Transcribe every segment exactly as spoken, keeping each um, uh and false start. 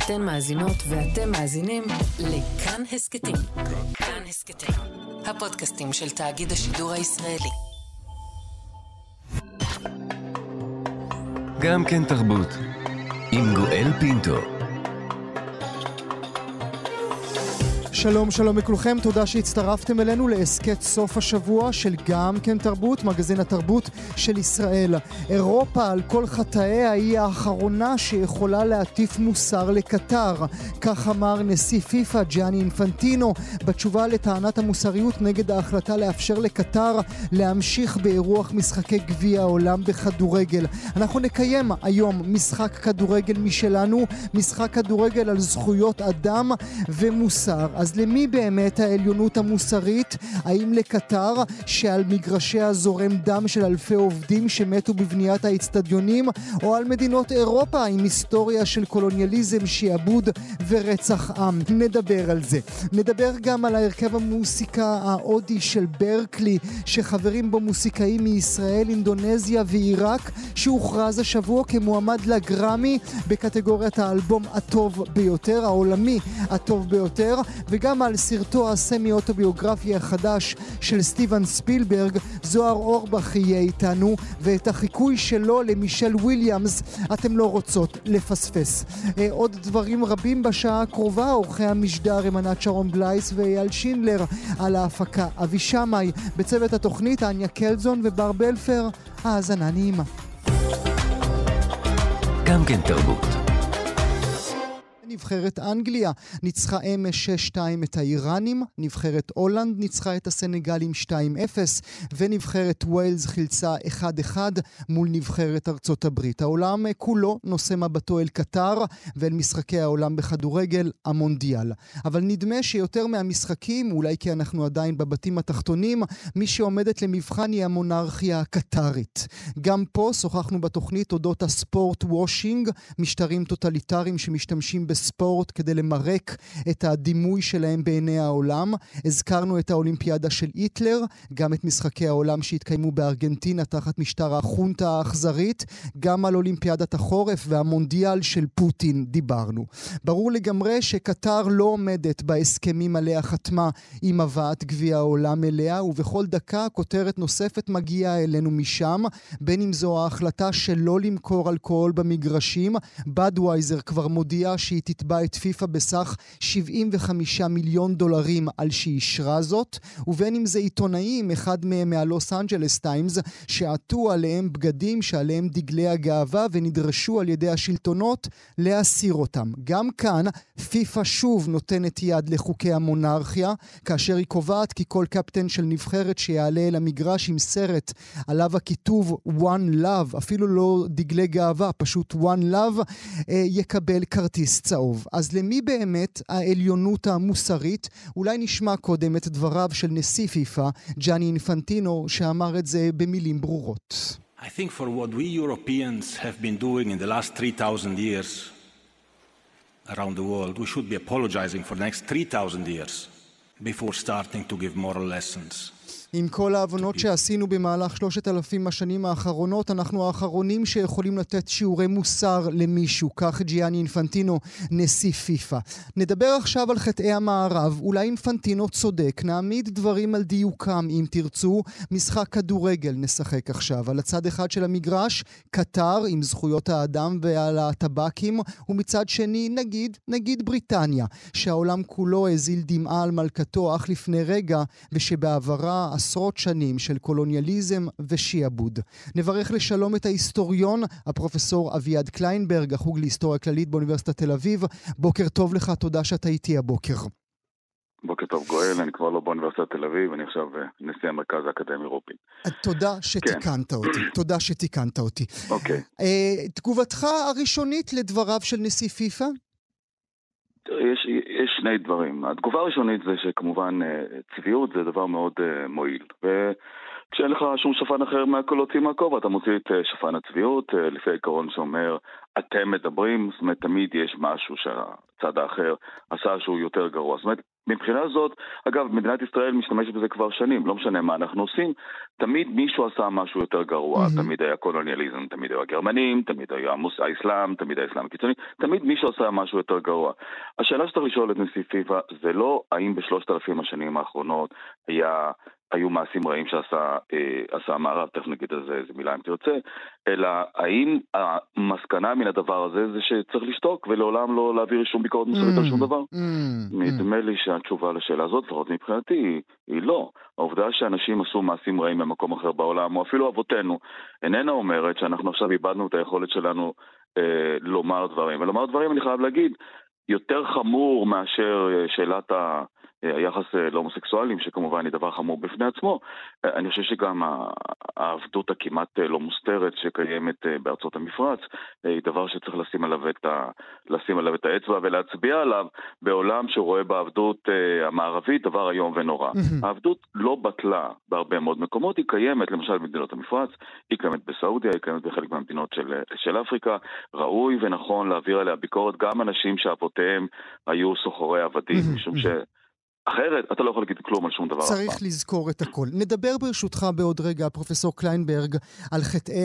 אתן מאזינות ואתם מאזינים לכאן הסקטים. כאן הסקטים, הפודקאסטים של תאגיד השידור הישראלי. גם כן תרבות, עם גואל פינטו. שלום, שלום לכולכם, תודה שהצטרפתם אלינו להסקט סוף השבוע של גם כן תרבות, מגזין התרבות של ישראל. אירופה על כל חטאיה היא האחרונה שיכולה להטיף מוסר לקטר. כך אמר נשיא פיפה ג'אני אינפנטינו בתשובה לטענת המוסריות נגד ההחלטה לאפשר לקטר להמשיך באירוח משחקי גביע העולם בכדורגל. אנחנו נקיים היום משחק כדורגל משלנו, משחק כדורגל על זכויות אדם ומוסר. אז למי באמת העליונות המוסרית? האם לקטר שעל מגרשיה זורם דם של אלפי עובדים שמתו בבניית האצטדיונים, או על מדינות אירופה עם היסטוריה של קולוניאליזם, שיעבוד ורצח עם? נדבר על זה. נדבר גם על ההרכב המוסיקה ההודי של ברקלי, שחברים בו מוסיקאים מישראל, אינדונזיה ועיראק, שהוכרז השבוע כמועמד לגרמי בקטגוריית האלבום הטוב ביותר, העולמי הטוב ביותר, וגם על סרטו הסמי-אוטוביוגרפי החדש של סטיבן ספילברג. זוהר אורבך יהיה איתנו, ואת החיקוי שלו למישל וויליאמס אתם לא רוצות לפספס. אה, עוד דברים רבים בשעה הקרובה. אורחי המשדר הם ענת שרון בלייס ואייל שינדלר, על ההפקה אבי שמאי, בצוות התוכנית אניה קלזון ובר בלפר. האזנה נעימה. גם כן תרבות. נבחרת אנגליה ניצחה אמש שש שתיים את האיראנים, נבחרת הולנד ניצחה את הסנגלים שתיים אפס, ונבחרת ווילס חילצה אחד אחד מול נבחרת ארצות הברית. העולם כולו נושא מבטו אל קטר ואל משחקי העולם בכדורגל, המונדיאל. אבל נדמה שיותר מהמשחקים, אולי כי אנחנו עדיין בבתים התחתונים, מי שעומדת למבחן היא המונרכיה הקטרית. גם פה שוחחנו בתוכנית אודות הספורט וושינג, משטרים טוטליטריים שמשתמשים בספורט ספורט כדי למרק את הדימוי שלהם בעיני העולם. הזכרנו את האולימפיאדה של היטלר, גם את משחקי העולם שהתקיימו בארגנטינה תחת משטר החונטה האכזרית, גם על אולימפיאדת החורף והמונדיאל של פוטין דיברנו. ברור לגמרי שקטר לא עומדת בהסכמים עליה חתמה עם הבאת גביע העולם אליה, ובכל דקה כותרת נוספת מגיעה אלינו משם, בין אם זו ההחלטה שלא למכור אלכוהול במגרשים. בדווייזר כבר מודיעה שהיא תתבע את פיפה בסך שבעים וחמישה מיליון דולרים על שאישרה זאת, ובין אם זה עיתונאים, אחד מהם מהלוס אנג'לס טיימס, שעטו עליהם בגדים שעליהם דגלי הגאווה ונדרשו על ידי השלטונות להסיר אותם. גם כאן פיפה שוב נותנת יד לחוקי המונרכיה, כאשר היא קובעת כי כל קפטן של נבחרת שיעלה אל המגרש עם סרט עליו הכיתוב One Love, אפילו לא דגלי גאווה, פשוט One Love, יקבל כרטיס צהוב. אז למי באמת העליונות המוסרית? אולי נשמע קודם את דבריו של נשיא פיפה, ג'אני אינפנטינו, שאמר את זה במילים ברורות. I think for what we Europeans have been doing in the last three thousand years around the world, we should be apologizing for the next three thousand years before starting to give moral lessons. עם כל העוונות שעשינו במהלך שלושת אלפים השנים האחרונות, אנחנו האחרונים שיכולים לתת שיעורי מוסר למישהו, כך ג'יאני אינפנטינו, נשיא פיפה. נדבר עכשיו על חטאי המערב, אולי אינפנטינו צודק, נעמיד דברים על דיוקם אם תרצו. משחק כדורגל נשחק עכשיו, על הצד אחד של המגרש, קטר עם זכויות האדם ועל הטבקים, ומצד שני נגיד, נגיד בריטניה, שהעולם כולו הזיל דמעה על מלכתו אך לפני רגע, ושבעברה עשרות שנים של קולוניאליזם ושיעבוד. נברך לשלום את ההיסטוריון, הפרופסור אביעד קליינברג, החוג להיסטוריה כללית באוניברסיטת תל אביב. בוקר טוב לך, תודה שאתה איתי הבוקר. בוקר טוב גואל, אני כבר לא באוניברסיטת תל אביב, אני עכשיו נשיא המרכז האקדמי רופין. תודה שתיקנת אותי, תודה שתיקנת אותי. אוקיי. תגובתך הראשונית לדבריו של נשיא פיפה? יש, יש שני דברים. התגובה הראשונית זה שכמובן צביעות זה דבר מאוד מועיל. וכשאין לך שום שפן אחר מהקולות עם הכובע, אתה מוציא את שפן הצביעות, לפי העיקרון שאומר, אתם מדברים, זאת אומרת, תמיד יש משהו שהצד האחר עשה שהוא יותר גרוע. זאת אומרת, מבחינה זאת, אגב, מדינת ישראל משתמשת בזה כבר שנים, לא משנה מה אנחנו עושים, תמיד מישהו עשה משהו יותר גרוע, mm-hmm. תמיד היה קולוניאליזם, תמיד היה גרמנים, תמיד היה האסלאם, תמיד היה האסלאם הקיצוני, תמיד מישהו עשה משהו יותר גרוע. השאלה שצריך לשאול את נשיא פיפ"א, זה לא האם בשלושת אלפים השנים האחרונות היה... היו מעשים רעים שעשה אה, עשה המערב, תכף נגיד על זה איזה מילה אם תרצה, אלא האם המסקנה מן הדבר הזה זה שצריך לשתוק ולעולם לא להעביר שום ביקורת מוסרית על שום דבר? נדמה לי שהתשובה לשאלה הזאת, לפחות מבחינתי, היא, היא לא. העובדה שאנשים עשו מעשים רעים במקום אחר בעולם, או אפילו אבותינו, איננה אומרת שאנחנו עכשיו איבדנו את היכולת שלנו אה, לומר דברים. ולומר דברים, אני חייב להגיד, יותר חמור מאשר שאלת ה... היחס להומוסקסואלים, שכמובן היא דבר חמור בפני עצמו. אני חושב שגם העבדות הכמעט לא מוסתרת שקיימת בארצות המפרץ, היא דבר שצריך לשים עליו את, ה... לשים עליו את האצבע ולהצביע עליו בעולם שרואה בעבדות המערבית דבר היום ונורא. העבדות לא בטלה בהרבה מאוד מקומות, היא קיימת למשל במדינות המפרץ, היא קיימת בסעודיה, היא קיימת בחלק מהמדינות של, של אפריקה, ראוי ונכון להעביר עליה ביקורת גם אנשים שאבותיהם היו סוחרי עבדים, משום ש... אחרת, אתה לא יכול להגיד כלום על שום דבר. צריך לזכור את הכל. נדבר ברשותך בעוד רגע, פרופסור קליינברג, על חטאי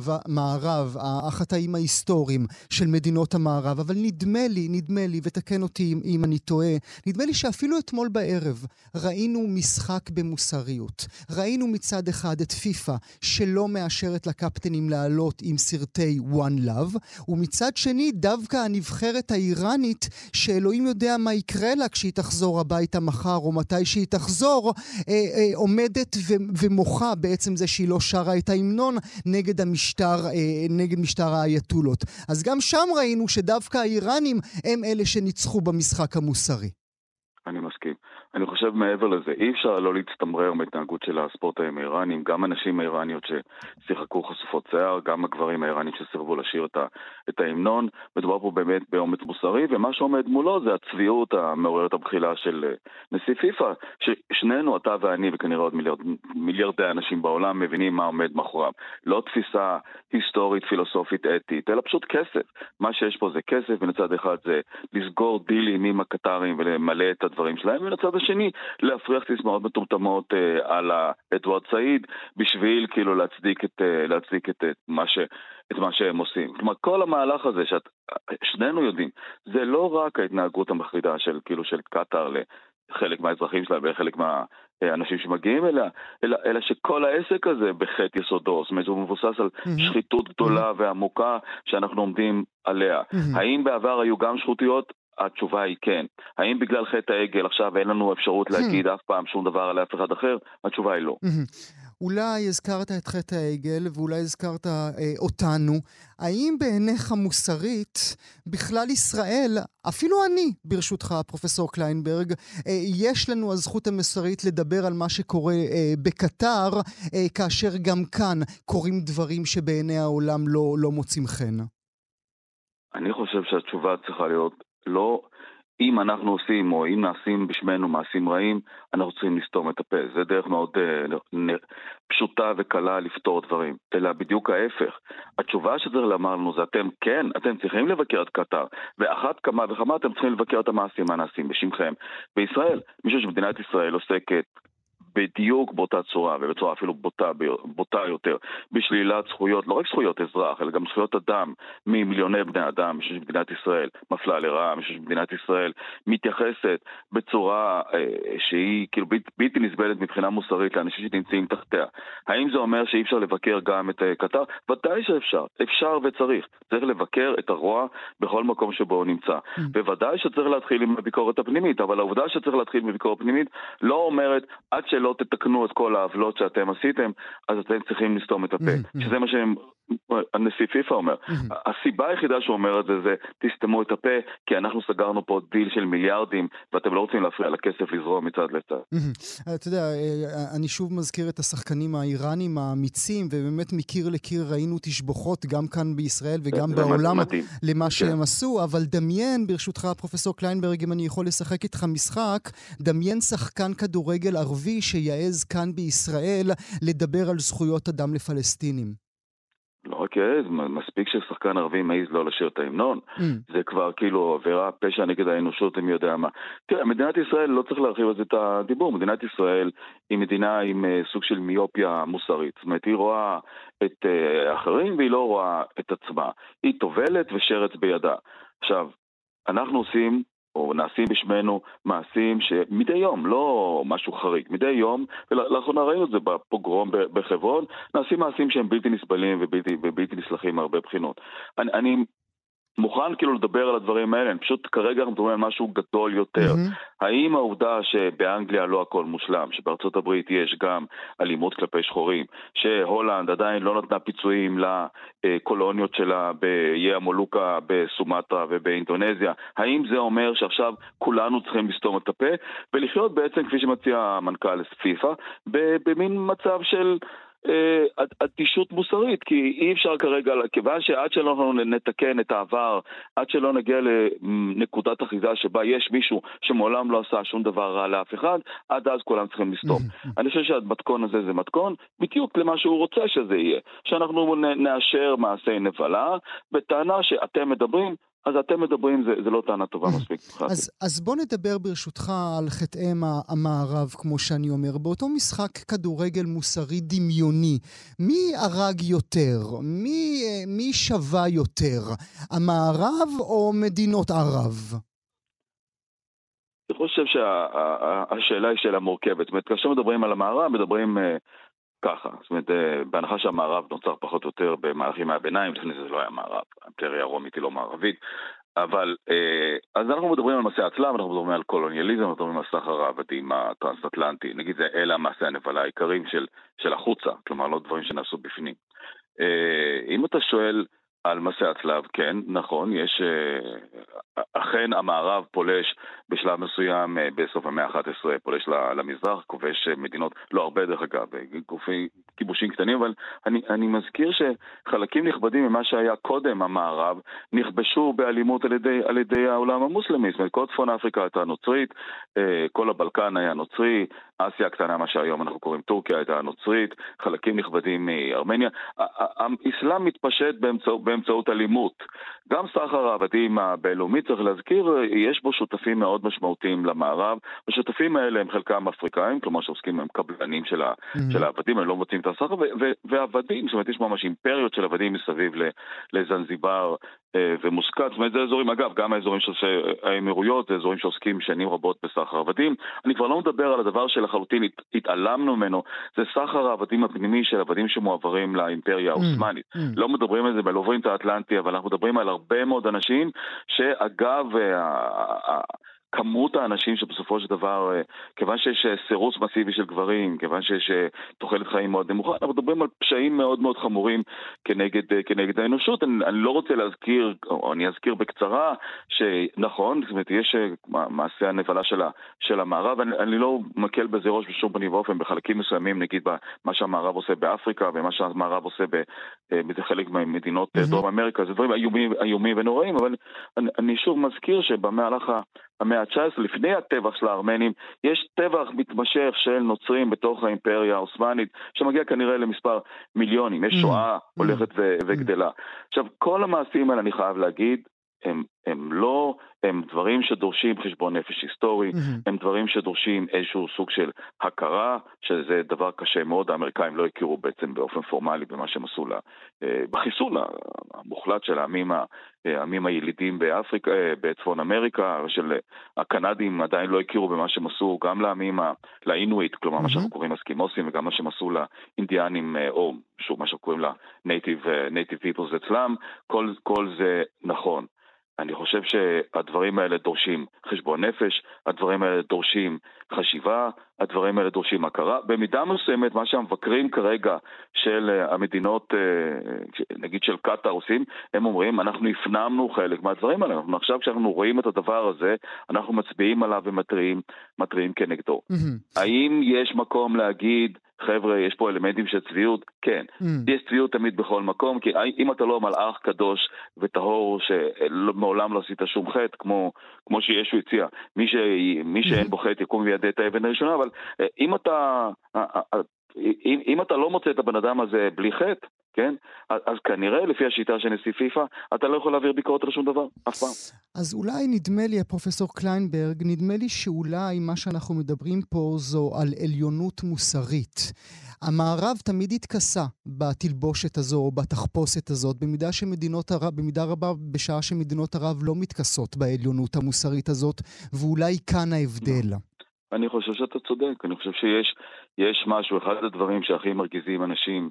המערב, החטאים ההיסטוריים של מדינות המערב, אבל נדמה לי, נדמה לי, ותקן אותי אם אני טועה, נדמה לי שאפילו אתמול בערב ראינו משחק במוסריות. ראינו מצד אחד את פיפ"א שלא מאשרת לקפטנים לעלות עם סרטי One Love, ומצד שני דווקא הנבחרת האיראנית שאלוהים יודע מה יקרה לה כשהיא תחזור הביתה מחר או מתי שהיא תחזור, אה, אה, עומדת ו- ומוחה בעצם זה שהיא לא שרה את ההמנון נגד המשטר, אה, נגד משטר האייתולות. אז גם שם ראינו שדווקא האיראנים הם אלה שניצחו במשחק המוסרי. אני מסכים. אני חושב מעבר לזה, אי אפשר לא להצטמרר מהתנהגות של הספורטאים האיראנים, גם הנשים האיראניות ששיחקו חשופות שיער, גם הגברים האיראנים שסירבו לשיר את, ה, את ההמנון, מדובר פה באמת באומץ מוסרי, ומה שעומד מולו זה הצביעות המעוררת הבחילה של נשיא פיפ"א, ששנינו, אתה ואני וכנראה עוד מיליארד, מיליארדי אנשים בעולם מבינים מה עומד מאחוריו. לא תפיסה היסטורית, פילוסופית, אתית, אלא פשוט כסף. מה שיש פה זה כסף, ונצד אחד זה לסגור דילים עם הקטרים ולמלא את הדברים שלהם, ונצד השני, להפריח סיסמאות מטומטמות אה, על אדוארד סעיד, בשביל כאילו להצדיק את, אה, להצדיק את, את, מה ש, את מה שהם עושים. כלומר, כל המהלך הזה ששנינו יודעים, זה לא רק ההתנהגות המחרידה של, כאילו, של קטר לחלק מהאזרחים שלה וחלק מהאנשים שמגיעים אליה, אלא, אלא שכל העסק הזה בחטא יסודו, זאת אומרת, הוא מבוסס על mm-hmm. שחיתות גדולה mm-hmm. ועמוקה שאנחנו עומדים עליה. Mm-hmm. האם בעבר היו גם שחוטיות? התשובה היא כן. האם בגלל חטא העגל עכשיו אין לנו אפשרות להגיד אף פעם שום דבר על אף אחד אחר? התשובה היא לא. אולי הזכרת את חטא העגל ואולי הזכרת אה, אותנו. האם בעיניך מוסרית בכלל ישראל, אפילו אני ברשותך פרופסור קליינברג, אה, יש לנו הזכות המוסרית לדבר על מה שקורה אה, בקטר, אה, כאשר גם כאן קורים דברים שבעיני העולם לא, לא מוצאים חן? אני חושב שהתשובה צריכה להיות לא אם אנחנו עושים או אם נעשים בשמנו מעשים רעים, אנחנו צריכים לסתום את הפה. זה דרך מאוד uh, פשוטה וקלה לפתור דברים. אלא בדיוק ההפך. התשובה שצריך לומר לנו זה אתם, כן, אתם צריכים לבקר את קטר. ואחת כמה וכמה אתם צריכים לבקר את המעשים הנעשים בשמכם. בישראל, מישהו שמדינת ישראל עוסקת בדיוק באותה צורה, ובצורה אפילו בוטה, בוטה יותר, בשלילת זכויות, לא רק זכויות אזרח, אלא גם זכויות אדם, ממיליוני בני אדם, משום שמדינת ישראל מפלה לרעה, משום שמדינת ישראל מתייחסת בצורה אה, שהיא כאילו בלתי נסבלת מבחינה מוסרית לאנשים שנמצאים תחתיה. האם זה אומר שאי אפשר לבקר גם את אה, קטר? ודאי שאפשר, אפשר וצריך. צריך לבקר את הרוע בכל מקום שבו הוא נמצא. Mm. בוודאי שצריך להתחיל עם הביקורת הפנימית, אבל העובדה שצריך להתחיל עם הביקורת הפנימית לא אומרת עד שלא תתקנו את כל העוולות שאתם עשיתם, אז אתם צריכים לסתום את הפה. Mm-hmm. שזה מה שהם, הנשיא פיפ"א אומר. Mm-hmm. הסיבה היחידה שהוא אומר את זה, זה תסתמו את הפה, כי אנחנו סגרנו פה דיל של מיליארדים, ואתם לא רוצים להפריע לכסף לזרום מצד לצד. Mm-hmm. אתה יודע, אני שוב מזכיר את השחקנים האיראנים האמיצים, ובאמת מקיר לקיר ראינו תשבוכות, גם כאן בישראל וגם בעולם, למה שהם עשו, אבל דמיין, ברשותך פרופסור קליינברג, אם אני יכול לשחק איתך משחק, דמיין שחקן כדורגל ערבי שיעז כאן בישראל לדבר על זכויות אדם לפלסטינים. לא רק העז, מספיק ששחקן ערבי מעיז לא לשיר את ההמנון. Mm. זה כבר כאילו עבירה פשע נגד האנושות, אם יודע מה. תראה, מדינת ישראל, לא צריך להרחיב על זה את הדיבור, מדינת ישראל היא מדינה עם uh, סוג של מיופיה מוסרית. זאת אומרת, היא רואה את uh, אחרים והיא לא רואה את עצמה. היא תובלת ושרץ בידה. עכשיו, אנחנו עושים... או נעשים בשמנו מעשים שמדי יום, לא משהו חריג, מדי יום, ולאחרונה ראינו את זה בפוגרום בחברון, נעשים מעשים שהם בלתי נסבלים ובלתי, ובלתי נסלחים מהרבה בחינות. אני, אני מוכן כאילו לדבר על הדברים האלה, אני פשוט כרגע אנחנו מדברים על משהו גדול יותר. Mm-hmm. האם העובדה שבאנגליה לא הכל מושלם, שבארצות הברית יש גם אלימות כלפי שחורים, שהולנד עדיין לא נתנה פיצויים לקולוניות שלה באיי המולוקה, בסומטרה ובאינדונזיה, האם זה אומר שעכשיו כולנו צריכים לסתום את הפה, ולחיות בעצם כפי שמציע המנכ"ל פיפה, במין מצב של... אדישות מוסרית, כי אי אפשר כרגע, כיוון שעד שלא נתקן את העבר, עד שלא נגיע לנקודת אחיזה שבה יש מישהו שמעולם לא עשה שום דבר רע לאף אחד, עד אז כולם צריכים לסתום. אני חושב שהמתכון הזה זה מתכון בדיוק למה שהוא רוצה שזה יהיה, שאנחנו נאשר מעשי נבלה, בטענה שאתם מדברים, אז אתם מדברים, זה, זה לא טענה טובה מספיק. אז, אז בוא נדבר ברשותך על חטאי המערב, כמו שאני אומר. באותו משחק כדורגל מוסרי דמיוני, מי הרג יותר? מי, מי שווה יותר? המערב או מדינות ערב? אני חושב שהשאלה היא שאלה מורכבת. זאת אומרת, כאשר מדברים על המערב, מדברים... ככה, זאת אומרת, בהנחה שהמערב נוצר פחות או יותר במהלכים מהביניים, לפני זה לא היה מערב, האימפריה הרומית היא לא מערבית, אבל, אז אנחנו מדברים על מסעי הצלב, אנחנו מדברים על קולוניאליזם, אנחנו מדברים על סחר העבדים הטרנס-אטלנטי, נגיד זה אלה המעשי הנבלה העיקריים של, של החוצה, כלומר לא דברים שנעשו בפנים. אם אתה שואל על מסעי הצלב, כן, נכון, יש, אכן המערב פולש בשלב מסוים, בסוף המאה ה-אחת עשרה, פולש למזרח, כובש מדינות, לא הרבה דרך אגב, גופי כיבושים קטנים, אבל אני, אני מזכיר שחלקים נכבדים ממה שהיה קודם המערב, נכבשו באלימות על ידי, על ידי העולם המוסלמי, זאת אומרת, כל צפון אפריקה הייתה נוצרית, כל הבלקן היה נוצרי, אסיה הקטנה, מה שהיום אנחנו קוראים טורקיה, הייתה נוצרית, חלקים נכבדים מארמניה, האסלאם מתפשט באמצעות, באמצעות אלימות. גם סחר העבדים הבינלאומי, צריך להזכיר, יש בו שותפים מאוד משמעותיים למערב, השותפים האלה הם חלקם אפריקאים, כלומר שעוסקים הם קבלנים של, ה, mm-hmm. של העבדים, הם לא מוצאים את הסחר, והעבדים, זאת אומרת, יש ממש אימפריות של עבדים מסביב לזנזיבר ומוסקת, זאת אומרת, זה אזורים, אגב, גם האזורים של האמירויות, זה אזורים שעוסקים שנים רבות בסחר עבדים. אני כבר לא מדבר על הדבר שלחלוטין התעלמנו ממנו, זה סחר העבדים הפנימי של עבדים שמועברים לאימפריה האוסמנית. Mm, mm. לא מדברים על זה, לא עוברים את האטלנטי, אבל אנחנו מדברים על הרבה מאוד אנשים, שאגב, כמות האנשים שבסופו של דבר, כיוון שיש סירוס מסיבי של גברים, כיוון שיש תוחלת חיים מאוד נמוכה, אנחנו מדברים על פשעים מאוד מאוד חמורים כנגד, כנגד האנושות. אני, אני לא רוצה להזכיר, או אני אזכיר בקצרה, שנכון, זאת אומרת, יש מעשה הנבלה של, של המערב, אני, אני לא מקל בזה ראש בשום פנים ואופן, בחלקים מסוימים, נגיד מה שהמערב עושה באפריקה, ומה שהמערב עושה בזה חלק ממדינות mm-hmm. דרום אמריקה, זה דברים איומים, איומים ונוראים, אבל אני, אני שוב מזכיר שבמהלך המאה ה-תשע עשרה, לפני הטבח של הארמנים, יש טבח מתמשך של נוצרים בתוך האימפריה האוסמנית, שמגיע כנראה למספר מיליונים, יש שואה הולכת ו- וגדלה. עכשיו, כל המעשים האלה, אני חייב להגיד, הם, הם לא, הם דברים שדורשים חשבון נפש היסטורי, mm-hmm. הם דברים שדורשים איזשהו סוג של הכרה, שזה דבר קשה מאוד, האמריקאים לא הכירו בעצם באופן פורמלי במה שהם עשו לה, בחיסול המוחלט של העמים, העמים הילידים באפריקה, בצפון אמריקה, של הקנדים עדיין לא הכירו במה שהם עשו גם לעמים, לאינואיט, כלומר mm-hmm. מה שאנחנו קוראים אסקימוסים, וגם מה שהם עשו לאינדיאנים, או שוב מה שאנחנו קוראים לה native, native peoples אצלם, כל, כל זה נכון. אני חושב שהדברים האלה דורשים חשבון נפש, הדברים האלה דורשים חשיבה, הדברים האלה דורשים הכרה. במידה מסוימת, מה שהמבקרים כרגע של המדינות, נגיד של קטאר עושים, הם אומרים, אנחנו הפנמנו חלק מהדברים האלה. אנחנו עכשיו כשאנחנו רואים את הדבר הזה, אנחנו מצביעים עליו ומטריעים, מטריעים כנגדו. Mm-hmm. האם יש מקום להגיד, חבר'ה, יש פה אלמנטים של צביעות? כן. Mm. יש צביעות תמיד בכל מקום, כי אם אתה לא מלאך קדוש וטהור שמעולם לא עשית שום חטא, כמו, כמו שישו הציע, מי, ש, מי שאין בו חטא יקום וידע את האבן הראשונה, אבל אם אתה, אם, אם אתה לא מוצא את הבן אדם הזה בלי חטא, כן? אז, אז כנראה, לפי השיטה של נשיא פיפה, אתה לא יכול להעביר ביקורת על שום דבר, אף פעם. אז אולי נדמה לי, פרופסור קליינברג, נדמה לי שאולי מה שאנחנו מדברים פה זו על עליונות מוסרית. המערב תמיד התכסה בתלבושת הזו או בתחפושת הזאת, במידה שמדינות ערב, במידה רבה בשעה שמדינות ערב לא מתכסות בעליונות המוסרית הזאת, ואולי כאן ההבדל. אני חושב שאתה צודק, אני חושב שיש יש משהו, אחד הדברים שהכי מרגיזים אנשים,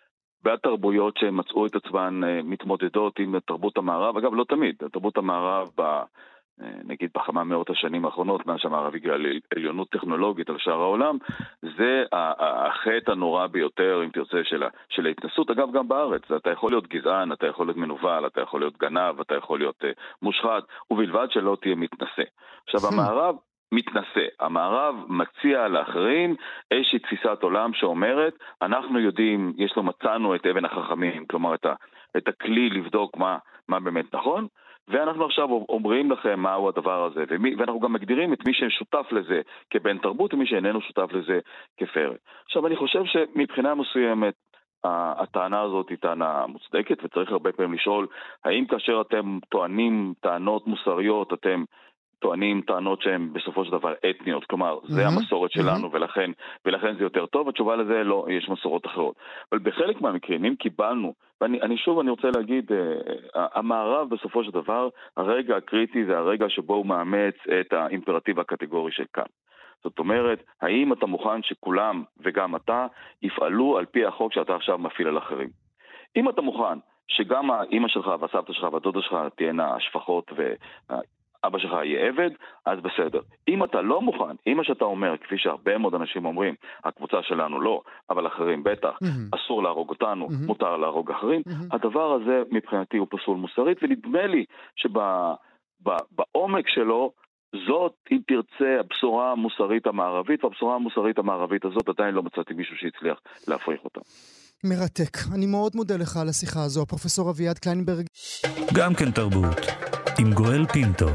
בתרבויות שהם מצאו את עצמן מתמודדות עם תרבות המערב, אגב לא תמיד, תרבות המערב ב... נגיד בכמה מאות השנים האחרונות, מאז שהמערב הגיע לעליונות טכנולוגית על שאר העולם, זה החטא הנורא ביותר, אם תרצה, של, של ההתנסות. אגב, גם בארץ, אתה יכול להיות גזען, אתה יכול להיות מנוול, אתה יכול להיות גנב, אתה יכול להיות uh, מושחת, ובלבד שלא תהיה מתנשא. עכשיו, המערב מתנשא. המערב מציע לאחרים איזושהי תפיסת עולם שאומרת, אנחנו יודעים, יש לו מצאנו את אבן החכמים, כלומר את, ה, את הכלי לבדוק מה, מה באמת נכון, ואנחנו עכשיו אומרים לכם מהו הדבר הזה, ומי, ואנחנו גם מגדירים את מי ששותף לזה כבן תרבות, ומי שאיננו שותף לזה כפרק. עכשיו, אני חושב שמבחינה מסוימת, הטענה הזאת היא טענה מוצדקת, וצריך הרבה פעמים לשאול, האם כאשר אתם טוענים טענות מוסריות, אתם טוענים טענות שהן בסופו של דבר אתניות, כלומר, זה mm-hmm. המסורת שלנו, mm-hmm. ולכן, ולכן זה יותר טוב, התשובה לזה לא, יש מסורות אחרות. אבל בחלק מהמקרים, אם קיבלנו, ואני אני שוב אני רוצה להגיד, uh, המערב בסופו של דבר, הרגע הקריטי זה הרגע שבו הוא מאמץ את האימפרטיב הקטגורי של כאן. זאת אומרת, האם אתה מוכן שכולם וגם אתה יפעלו על פי החוק שאתה עכשיו מפעיל על אחרים? אם אתה מוכן שגם האמא שלך והסבתא שלך והדודה שלך תהיינה השפחות ו... אבא שלך יהיה עבד, אז בסדר. אם אתה לא מוכן, אם מה שאתה אומר, כפי שהרבה מאוד אנשים אומרים, הקבוצה שלנו לא, אבל אחרים בטח, mm-hmm. אסור להרוג אותנו, mm-hmm. מותר להרוג אחרים, mm-hmm. הדבר הזה מבחינתי הוא פסול מוסרית, ונדמה לי שבעומק שלו, זאת, אם תרצה, הבשורה המוסרית המערבית, והבשורה המוסרית המערבית הזאת עדיין לא מצאתי מישהו שהצליח להפריך אותה. מרתק. אני מאוד מודה לך על השיחה הזו, פרופסור אביעד קליינברג. גם כן תרבות. עם גואל פינטו.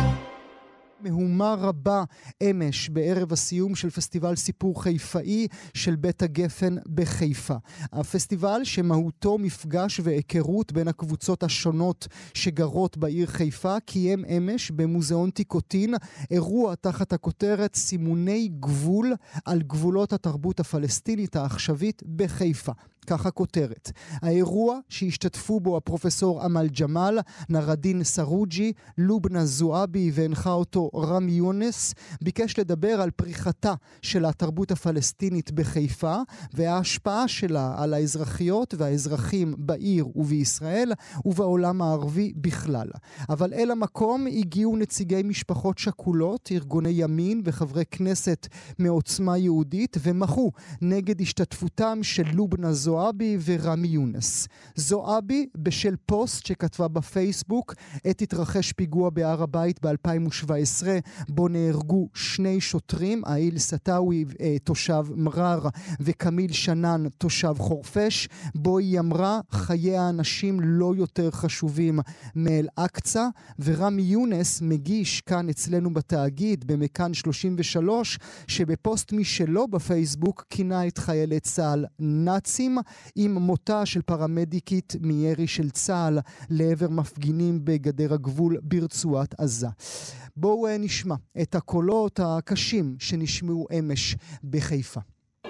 מהומה רבה אמש בערב הסיום של פסטיבל סיפור חיפאי של בית הגפן בחיפה. הפסטיבל שמהותו מפגש והיכרות בין הקבוצות השונות שגרות בעיר חיפה קיים אמש במוזיאון טיקוטין אירוע תחת הכותרת סימוני גבול על גבולות התרבות הפלסטינית העכשווית בחיפה. ככה כותרת. האירוע שהשתתפו בו הפרופסור אמל ג'מאל, נרדין סרוג'י, לובנה זועבי והנחה אותו רמי יונס, ביקש לדבר על פריחתה של התרבות הפלסטינית בחיפה וההשפעה שלה על האזרחיות והאזרחים בעיר ובישראל ובעולם הערבי בכלל. אבל אל המקום הגיעו נציגי משפחות שכולות, ארגוני ימין וחברי כנסת מעוצמה יהודית ומחו נגד השתתפותם של לובנה זועבי זועבי ורמי יונס. זועבי בשל פוסט שכתבה בפייסבוק, עת התרחש פיגוע בהר הבית ב-אלפיים שבע עשרה, בו נהרגו שני שוטרים, האיל סטאווי תושב מרר וקמיל שנן תושב חורפש, בו היא אמרה חיי האנשים לא יותר חשובים מאל אקצה, ורמי יונס מגיש כאן אצלנו בתאגיד במכאן שלושים ושלוש, שבפוסט משלו בפייסבוק כינה את חיילי צה"ל נאצים, עם מותה של פרמדיקית מירי של צה"ל לעבר מפגינים בגדר הגבול ברצועת עזה. בואו נשמע את הקולות הקשים שנשמעו אמש בחיפה.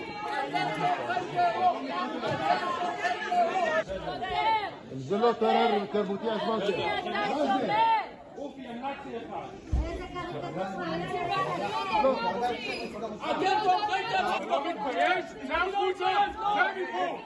זה לא טרור תרבותי הזמן זה. מה זה? אופי הנאצי אחד. אתם תומכים את זה, לא מתבייש? זה החוצה, זה מפה.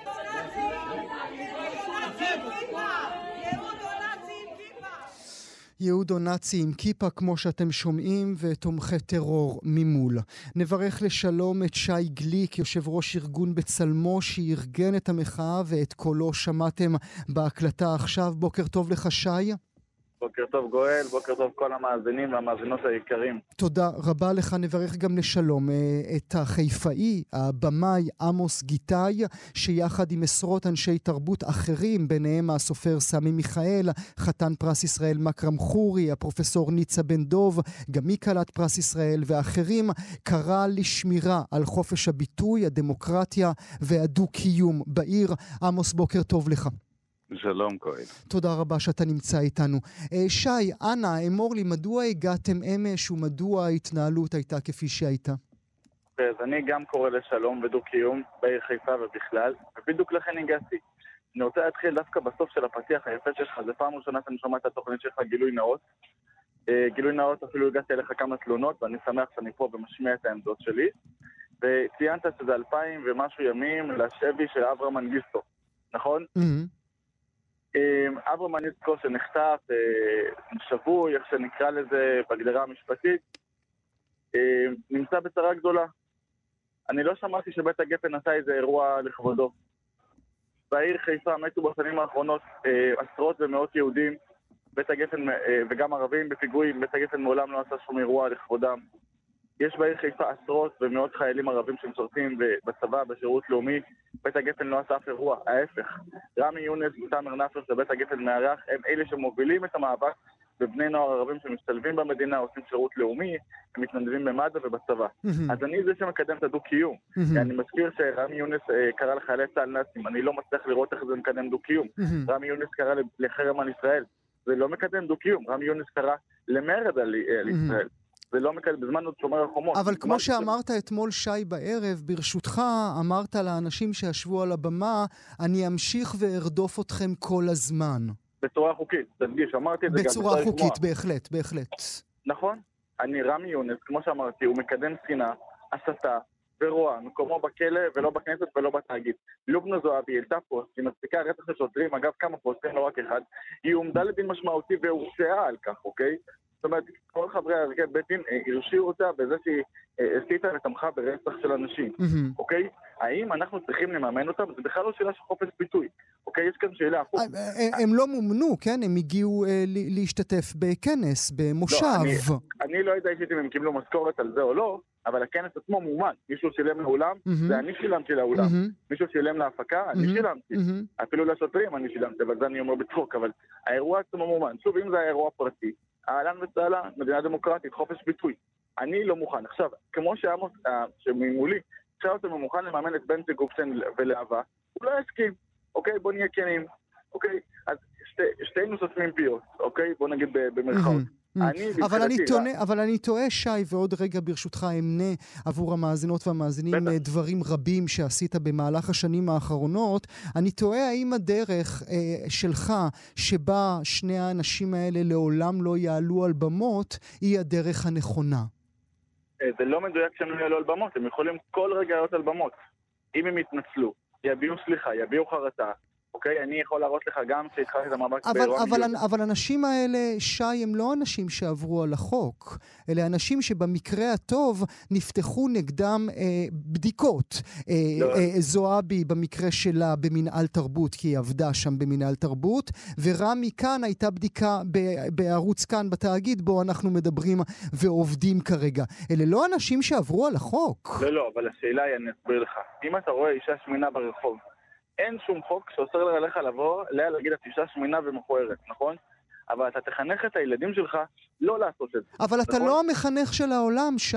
יהודו נאצי עם כיפה כמו שאתם שומעים ותומכי טרור ממול. נברך לשלום את שי גליק, יושב ראש ארגון בצלמו שארגן את המחאה ואת קולו שמעתם בהקלטה עכשיו. בוקר טוב לך שי. בוקר טוב גואל, בוקר טוב כל המאזינים והמאזינות היקרים. תודה רבה לך, נברך גם לשלום את החיפאי, הבמאי עמוס גיטאי, שיחד עם עשרות אנשי תרבות אחרים, ביניהם הסופר סמי מיכאל, חתן פרס ישראל מקרם חורי, הפרופסור ניצה בן דוב, גם היא כלת פרס ישראל ואחרים, קרא לשמירה על חופש הביטוי, הדמוקרטיה והדו-קיום בעיר. עמוס, בוקר טוב לך. שלום כהן. תודה רבה שאתה נמצא איתנו. שי, אנא, אמור לי, מדוע הגעתם אמש ומדוע ההתנהלות הייתה כפי שהייתה? אז אני גם קורא לשלום ודו-קיום בעיר חיפה ובכלל, ובדיוק לכן הגעתי. אני רוצה להתחיל דווקא בסוף של הפתיח היפה שלך, זה פעם ראשונה שאני שומע את התוכנית שלך גילוי נאות. גילוי נאות אפילו הגעתי אליך כמה תלונות, ואני שמח שאני פה ומשמיע את העמדות שלי. וציינת שזה אלפיים ומשהו ימים לשבי של אברהם מנגיסטו, נכון? Mm-hmm. אברהם מנגיסטו שנחטף, שבוי, איך שנקרא לזה בגדרה המשפטית, נמצא בצרה גדולה. אני לא שמעתי שבית הגפן עשה איזה אירוע לכבודו. בעיר חיפה מתו בשנים האחרונות עשרות ומאות יהודים, בית הגפן וגם ערבים בפיגועים, בית הגפן מעולם לא עשה שום אירוע לכבודם. יש בעיר חיפה עשרות ומאות חיילים ערבים שמשרתים בצבא, בשירות לאומי. בית הגפן לא עשה אף אירוע, ההפך. רמי יונס ותמר נפר שבית הגפן מארח, הם אלה שמובילים את המאבק בבני נוער ערבים שמשתלבים במדינה, עושים שירות לאומי, הם מתנדבים במד"א ובצבא. אז אני זה שמקדם את הדו-קיום. אני מזכיר שרמי יונס קרא לחיילי צה"ל נאצים, אני לא מצליח לראות איך זה מקדם דו-קיום. רמי יונס קרא לחרם על ישראל, זה לא מקדם דו-קיום. רמי יונס קרא למרד על ישראל. זה לא מקדם, בזמן עוד שומר החומות. אבל כמו שאמרת אתמול שי בערב, ברשותך אמרת לאנשים שישבו על הבמה, אני אמשיך וארדוף אתכם כל הזמן. בצורה חוקית, תדגיש, אמרתי את זה גם. בצורה חוקית, בהחלט, בהחלט. נכון, אני רמי יונס, כמו שאמרתי, הוא מקדם שנאה, הסתה ורוע, מקומו בכלא ולא בכנסת ולא בתאגיד. לובנה זועבי העלתה פוסט, היא מצדיקה רצח של שוטרים, אגב כמה פוסטים, לא רק אחד, היא עומדה לדין משמעותי והורשעה על כך, אוקיי? זאת אומרת, כל חברי הרכב בית דין הרשיעו אותה בזה שהיא הסתיתה ותמכה ברצח של אנשים, אוקיי? האם אנחנו צריכים לממן אותם? זה בכלל לא שאלה של חופש ביטוי, אוקיי? יש כאן שאלה הפוך. הם לא מומנו, כן? הם הגיעו להשתתף בכנס, במושב. אני לא יודע אם הם קיבלו משכורת על זה או לא, אבל הכנס עצמו מומן. מישהו שילם לאולם, זה אני שילמתי לאולם. מישהו שילם להפקה, אני שילמתי. אפילו לשוטרים אני שילמתי, אבל זה אני אומר בצחוק, אבל האירוע עצמו מומן. שוב, אם זה האירוע פרטי, אהלן וסהלן, מדינה דמוקרטית, חופש ביטוי. אני לא מוכן. עכשיו, כמו שעמוס, שממולי, עכשיו אתה מוכן לממן את בנצי גופשטיין ולהבה, הוא לא יסכים. אוקיי, בוא נהיה כנים. אוקיי, אז שתינו סותמים פיות. אוקיי, בוא נגיד במרכאות. אבל אני טועה, אבל אני טועה שי, ועוד רגע ברשותך אמנה עבור המאזינות והמאזינים דברים רבים שעשית במהלך השנים האחרונות. אני טועה האם הדרך אה, שלך שבה שני האנשים האלה לעולם לא יעלו על במות היא הדרך הנכונה. זה לא מדויק שהם לא יעלו על במות, הם יכולים כל רגע להיות על במות. אם הם יתנצלו, יביאו סליחה, יביאו חרטה, אוקיי, אני יכול להראות לך גם שהתחלתי את המאבק באירוע מיליון. אבל האנשים האלה, שי, הם לא אנשים שעברו על החוק. אלה אנשים שבמקרה הטוב נפתחו נגדם אה, בדיקות. אה, לא. אה, זועבי במקרה שלה במנהל תרבות, כי היא עבדה שם במנהל תרבות, ורמי כאן הייתה בדיקה ב- בערוץ כאן בתאגיד, בו אנחנו מדברים ועובדים כרגע. אלה לא אנשים שעברו על החוק. לא, לא, אבל השאלה היא, אני אסביר לך. אם אתה רואה אישה שמינה ברחוב, אין שום חוק שאוסר עליך לבוא, לה להגיד את אישה שמינה ומכוערת, נכון? אבל אתה תחנך את הילדים שלך לא לעשות את זה. אבל אתה לא המחנך של העולם, שי.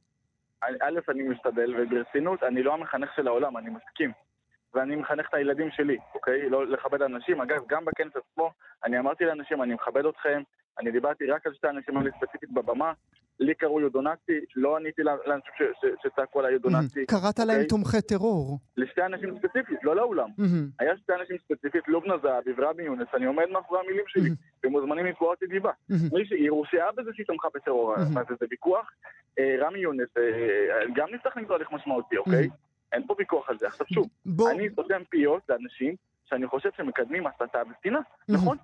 א', אני משתדל, וברצינות, אני לא המחנך של העולם, אני מסכים. ואני מחנך את הילדים שלי, אוקיי? לא לכבד אנשים. אגב, גם בכנס עצמו, אני אמרתי לאנשים, אני מכבד אתכם, אני דיברתי רק על שתי אנשים האלה ספציפית בבמה, לי קראו יודונאצי, לא עניתי לאנשים שצעקו על היודונאצי. קראת להם תומכי טרור. לשתי אנשים ספציפית, לא לאולם. היה שתי אנשים ספציפית, לובנה זהבי ורמי יונס, אני עומד מאחורי המילים שלי, ומוזמנים לקרוא אותי דיבה. היא הורשעה בזה שהיא תמכה בטרור, זה ויכוח. רמי יונס, גם נפתח נגדו הליך משמעותי, אוקיי? אין פה ויכוח על זה. עכשיו שוב, אני סותם פיות לאנשים שאני חושב שמקדמים הסתה ושנאה, נכון?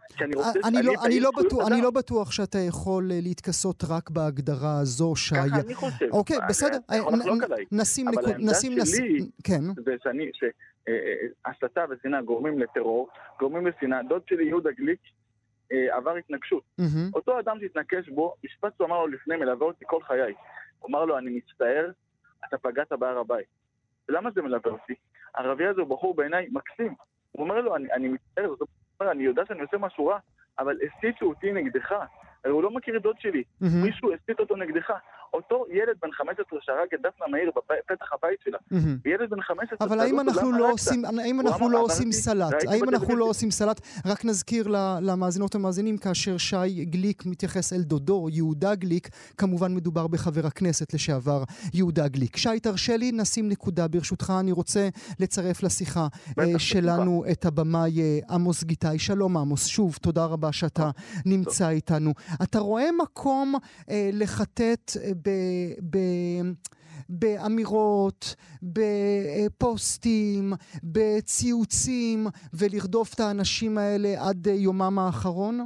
אני לא בטוח שאתה יכול להתכסות רק בהגדרה הזו, שי. ככה אני חושב. אוקיי, בסדר. נשים אבל העמדה שלי זה שאני, שהסתה ושנאה גורמים לטרור, גורמים לשנאה. דוד שלי יהודה גליק אה, עבר התנגשות. Mm-hmm. אותו אדם שהתנקש בו, משפט שהוא אמר לו לפני, מלווה אותי כל חיי. הוא אמר לו, אני מצטער, אתה פגעת בהר הבית. ולמה זה מלווה אותי? הערבי הזה הוא בחור בעיניי מקסים. הוא אומר לו, אני, אני מצטער, זאת אומרת, אני יודע שאני עושה משהו רע, אבל הסיתו אותי נגדך. הרי הוא לא מכיר את דוד שלי. Mm-hmm. מישהו הסית אותו נגדך. אותו ילד בן חמש עשרה שהרג את דפנה מאיר בפתח הבית שלה. Mm-hmm. ילד בן חמש עשרה... אבל האם אנחנו לא עושים, האם אנחנו לא עושים סלט? האם אנחנו לא עושים סלט? רק נזכיר למאזינות המאזינים, כאשר שי גליק מתייחס אל דודו, יהודה גליק, כמובן מדובר בחבר הכנסת לשעבר יהודה גליק. שי, תרשה לי, נשים נקודה ברשותך, אני רוצה לצרף לשיחה שלנו את הבמאי עמוס גיטאי. שלום עמוס, שוב, תודה רבה שאתה נמצא איתנו. אתה רואה מקום לחטט ב... ב... באמירות, בפוסטים, בציוצים, ולרדוף את האנשים האלה עד יומם האחרון?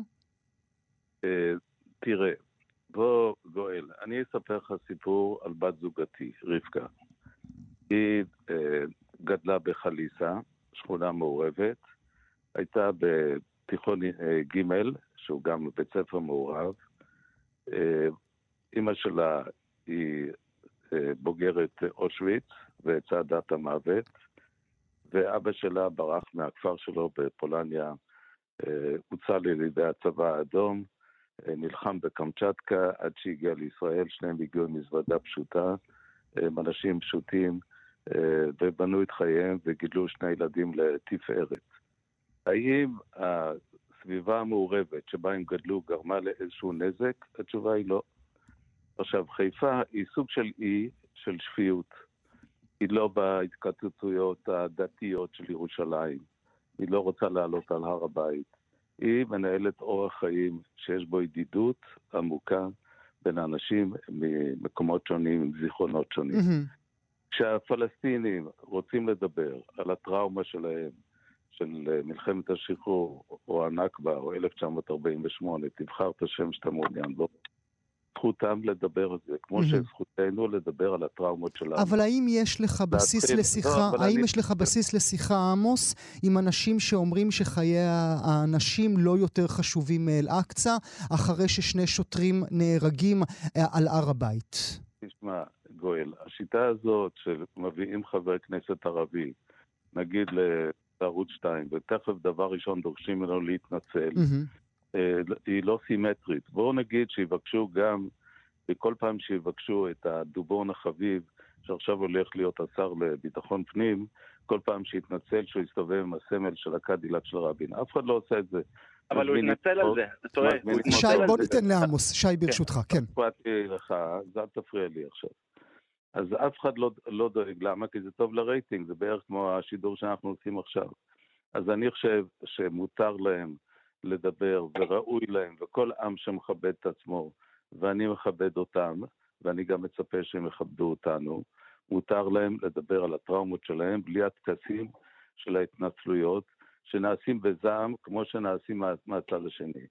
תראה, בוא גואל, אני אספר לך סיפור על בת זוגתי, רבקה. היא גדלה בחליסה, שכונה מעורבת, הייתה בתיכון ג' שהוא גם בית ספר מעורב. אמא שלה היא בוגרת אושוויץ וצעדת המוות, ואבא שלה ברח מהכפר שלו בפולניה, הוצא לידי הצבא האדום, נלחם בקמצ'טקה עד שהגיע לישראל, שניהם הגיעו מזוודה פשוטה, אנשים פשוטים, ובנו את חייהם וגידלו שני ילדים לתפארת. האם הסביבה המעורבת שבה הם גדלו גרמה לאיזשהו נזק? התשובה היא לא. עכשיו, חיפה היא סוג של אי של שפיות. היא לא בהתקטטויות הדתיות של ירושלים. היא לא רוצה לעלות על הר הבית. היא מנהלת אורח חיים שיש בו ידידות עמוקה בין אנשים ממקומות שונים, עם זיכרונות שונים. Mm-hmm. כשהפלסטינים רוצים לדבר על הטראומה שלהם, של מלחמת השחרור, או הנכבה, או אלף תשע מאות ארבעים ושמונה, תבחר את השם שאתה מעוניין בו, זכותם לדבר על זה, כמו שזכותנו לדבר על הטראומות שלנו. אבל האם יש לך בסיס לשיחה, האם יש לך בסיס לשיחה, עמוס, עם אנשים שאומרים שחיי האנשים לא יותר חשובים מאל-אקצה, אחרי ששני שוטרים נהרגים על הר הבית? תשמע, גואל, השיטה הזאת שמביאים חבר כנסת ערבי, נגיד לערוץ שתיים, ותכף דבר ראשון דורשים ממנו להתנצל, היא לא סימטרית. בואו נגיד שיבקשו גם, בכל פעם שיבקשו את הדובון החביב, שעכשיו הולך להיות השר לביטחון פנים, כל פעם שיתנצל שהוא יסתובב עם הסמל של הקדילק של רבין. אף אחד לא עושה את זה. אבל הוא יתנצל על זה. שי, בוא ניתן לעמוס. שי, ברשותך, כן. אכפתי לך, אז אל תפריע לי עכשיו. אז אף אחד לא, לא דואג. למה? כי זה טוב לרייטינג. זה בערך כמו השידור שאנחנו עושים עכשיו. אז אני חושב שמותר להם לדבר וראוי להם, וכל עם שמכבד את עצמו, ואני מכבד אותם, ואני גם מצפה שהם יכבדו אותנו, מותר להם לדבר על הטראומות שלהם, בלי התקסים של ההתנצלויות, שנעשים בזעם כמו שנעשים מה, מהצד השני.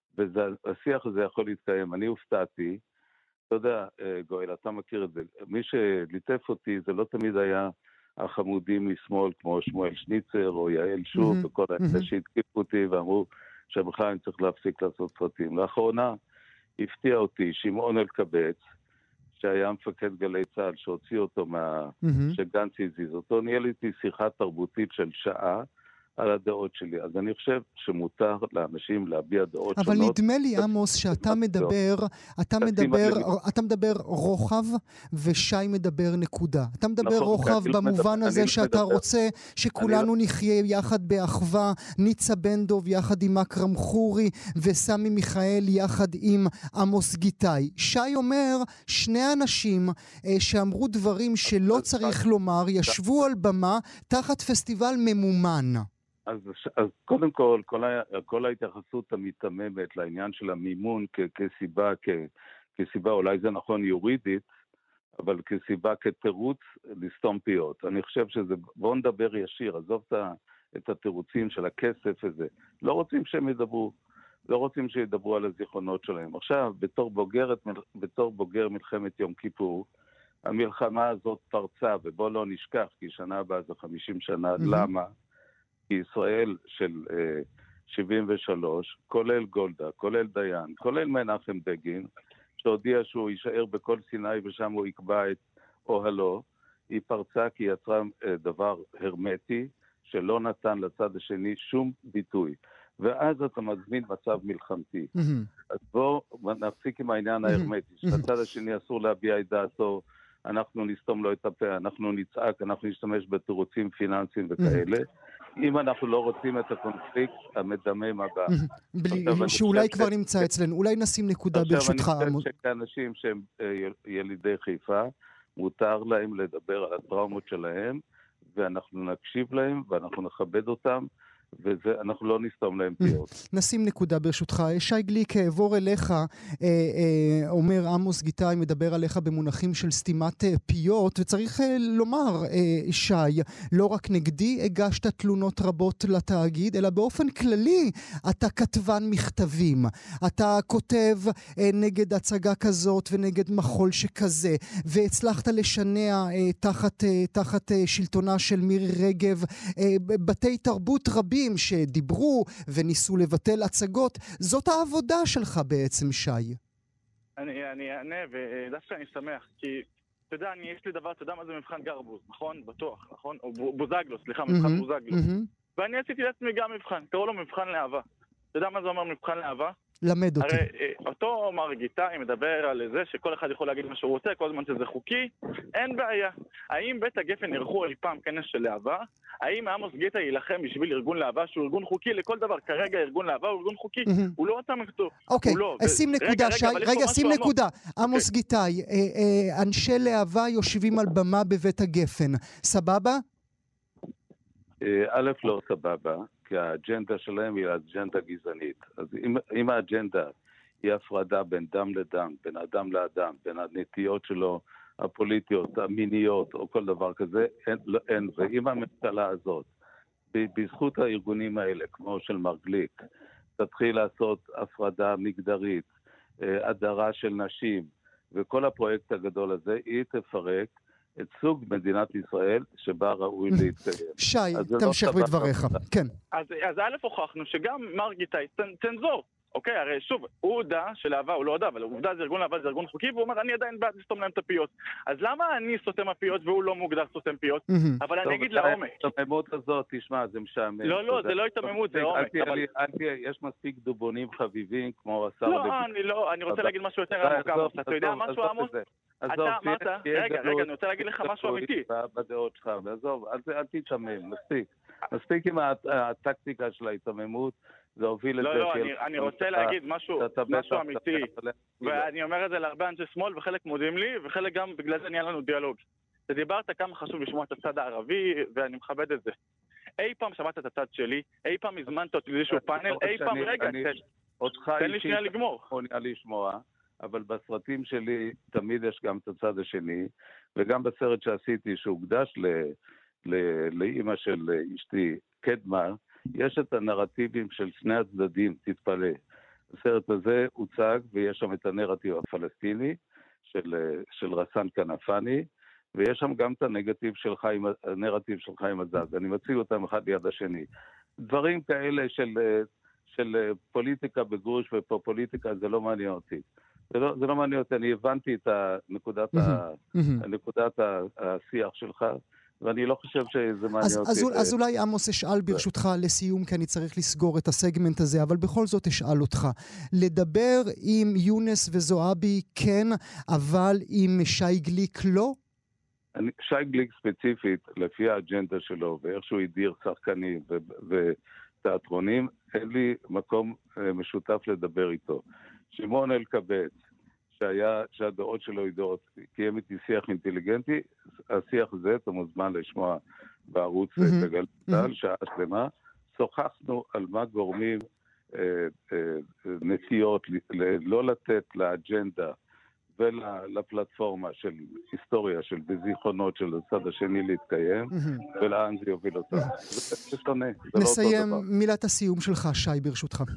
והשיח הזה יכול להתקיים. אני הופתעתי, אתה יודע, גואל, אתה מכיר את זה, מי שליטף אותי זה לא תמיד היה החמודים משמאל, כמו שמואל שניצר או יעל שוב, mm-hmm. וכל האלה mm-hmm. שהתקיפו אותי ואמרו שבכלל אני צריך להפסיק לעשות סרטים. לאחרונה הפתיע אותי שמעון אלקבץ, שהיה מפקד גלי צהל, שהוציא אותו מה... Mm-hmm. שגנץ הזיז אותו, ניהל איתי שיחה תרבותית של שעה, על הדעות שלי. אז אני חושב שמותר לאנשים להביע דעות אבל שונות. אבל נדמה לי, עמוס, שאתה מדבר, אתה מדבר, אתה מדבר רוחב, ושי מדבר נקודה. אתה מדבר רוחב במובן הזה שאתה רוצה שכולנו נחיה יחד באחווה, ניצה בן דב יחד עם אכרם חורי, וסמי מיכאל יחד עם עמוס גיטאי. שי אומר, שני אנשים שאמרו דברים שלא צריך לומר, ישבו על במה תחת פסטיבל ממומן. אז, אז קודם כל, כל, ה, כל ההתייחסות המתממת לעניין של המימון כ, כסיבה, כ, כסיבה, אולי זה נכון יורידית, אבל כסיבה, כתירוץ לסתום פיות. אני חושב שזה, בואו נדבר ישיר, עזוב את התירוצים של הכסף וזה. לא רוצים שהם ידברו, לא רוצים שידברו על הזיכרונות שלהם. עכשיו, בתור, בוגרת, בתור בוגר מלחמת יום כיפור, המלחמה הזאת פרצה, ובוא לא נשכח, כי שנה הבאה זה חמישים שנה, mm-hmm. למה? כי ישראל של, שבעים ושלוש, כולל גולדה, כולל דיין, כולל מנחם בגין, שהודיע שהוא יישאר בכל סיני ושם הוא יקבע את אוהלו, היא פרצה כי יצרה דבר הרמטי שלא נתן לצד השני שום ביטוי. ואז אתה מזמין מצב מלחמתי. אז בוא נפסיק עם העניין ההרמטי, שהצד השני אסור להביע את דעתו, אנחנו נסתום לו את הפה, אנחנו נצעק, אנחנו נשתמש בתירוצים פיננסיים וכאלה. אם אנחנו לא רוצים את הקונפליקט המדמם הבא. שאולי כבר נמצא אצלנו, אולי נשים נקודה ברשותך. עכשיו אני חושב שכאנשים שהם ילידי חיפה, מותר להם לדבר על הטראומות שלהם, ואנחנו נקשיב להם ואנחנו נכבד אותם, ואנחנו לא נסתום להם פיות. נשים נקודה ברשותך. שי גליק, עבור אליך, אה, אה, אומר עמוס גיטאי, מדבר עליך במונחים של סתימת אה, פיות, וצריך אה, לומר, אה, שי, לא רק נגדי הגשת תלונות רבות לתאגיד, אלא באופן כללי אתה כתבן מכתבים. אתה כותב אה, נגד הצגה כזאת ונגד מחול שכזה, והצלחת לשנע אה, תחת, אה, תחת אה, שלטונה של מירי רגב אה, בתי תרבות רבים, שדיברו וניסו לבטל הצגות. זאת העבודה שלך בעצם, שי. אני, אני אענה, ודווקא אני שמח, כי אתה יודע, אני, יש לי דבר, אתה יודע מה זה מבחן גרבוז, נכון? בטוח, נכון? או בוזגלו, סליחה, מבחן בוזגלו. ואני עשיתי לעצמי גם מבחן, קראו לו מבחן לאהבה. אתה יודע מה זה אומר מבחן לאהבה? למד אותי. הרי אותו מר גיטאי מדבר על זה שכל אחד יכול להגיד מה שהוא רוצה, כל זמן שזה חוקי, אין בעיה. האם בית הגפן ערכו אי פעם כנס של להבה? האם עמוס גיטאי ילחם בשביל ארגון להבה שהוא ארגון חוקי לכל דבר? כרגע ארגון להבה הוא ארגון חוקי, הוא לא אותם כתוב. אוקיי, שים נקודה, שי, רגע, שים נקודה. עמוס גיטאי, אנשי להבה יושבים על במה בבית הגפן, סבבה? א', לא סבבה. כי האג'נדה שלהם היא אג'נדה גזענית. אז אם, אם האג'נדה היא הפרדה בין דם לדם, בין אדם לאדם, בין הנטיות שלו, הפוליטיות, המיניות, או כל דבר כזה, אין, אין. ואם הממשלה הזאת, בזכות הארגונים האלה, כמו של מר גליק, תתחיל לעשות הפרדה מגדרית, הדרה של נשים, וכל הפרויקט הגדול הזה, היא תפרק את סוג מדינת ישראל שבה ראוי להתקיים. שי, תמשיך בדבריך. כן. אז א' הוכחנו שגם מר גיטאי צנזור. אוקיי, הרי שוב, הוא הודע שלהבה, הוא לא הודע, אבל עובדה זה ארגון להבה, זה ארגון חוקי, והוא אומר, אני עדיין בעד לסתום להם את הפיות. אז למה אני סותם הפיות והוא לא מוגדר סותם פיות? אבל אני אגיד לעומק. התממות הזאת, תשמע, זה משעמם. לא, לא, זה לא התממות, זה עומק. יש מספיק דובונים חביבים, כמו השר... לא, אני לא, אני רוצה להגיד משהו יותר עמוק, עמוס. אתה יודע משהו, עמוס? אתה אמרת, רגע, רגע, אני רוצה להגיד לך משהו אמיתי. בדעות שלך, ועזוב, אל תתמם, מספיק. מספיק עם הטקטיקה של ההתממות, זה הוביל את זה. לא, לא, אני רוצה להגיד משהו אמיתי, ואני אומר את זה להרבה אנשי שמאל, וחלק מודים לי, וחלק גם בגלל זה נהיה לנו דיאלוג. אתה דיברת כמה חשוב לשמוע את הצד הערבי, ואני מכבד את זה. אי פעם שמעת את הצד שלי, אי פעם הזמנת אותי לאיזשהו פאנל, אי פעם, רגע, תן לי שנייה לגמור. אני לשמוע, אבל בסרטים שלי תמיד יש גם את הצד השני, וגם בסרט שעשיתי שהוקדש לאמא של אשתי, קדמה, יש את הנרטיבים של שני הצדדים, תתפלא. הסרט הזה הוצג, ויש שם את הנרטיב הפלסטיני של, של רסן כנפני, ויש שם גם את הנגטיב של חיים, הנרטיב של חיים הזז. אני מציג אותם אחד ליד השני. דברים כאלה של, של פוליטיקה בגרוש ופופוליטיקה, זה לא מעניין אותי. זה לא, זה לא מעניין אותי. אני הבנתי את הנקודת, ה, נקודת השיח שלך, ואני לא חושב שזה מעניין אז, אותי. אז, אז אולי עמוס אשאל ברשותך לסיום, כי אני צריך לסגור את הסגמנט הזה, אבל בכל זאת אשאל אותך. לדבר עם יונס וזועבי כן, אבל עם שי גליק לא? אני, שי גליק ספציפית, לפי האג'נדה שלו, ואיך שהוא הדיר שחקנים ותיאטרונים, אין לי מקום משותף לדבר איתו. שמעון אלקבץ, שהיה, שהדעות שלו ידעות, קיים איתי שיח אינטליגנטי, השיח הזה, אתה מוזמן לשמוע בערוץ בגלגל, שעה שלמה, שוחחנו על מה גורמים אה, אה, נטיות, לא לתת לאג'נדה ולפלטפורמה של היסטוריה, של בזיכרונות של הצד השני להתקיים, ולאן זה יוביל אותה. זה שונה, זה לא אותו דבר. נסיים מילת הסיום שלך, שי, ברשותך.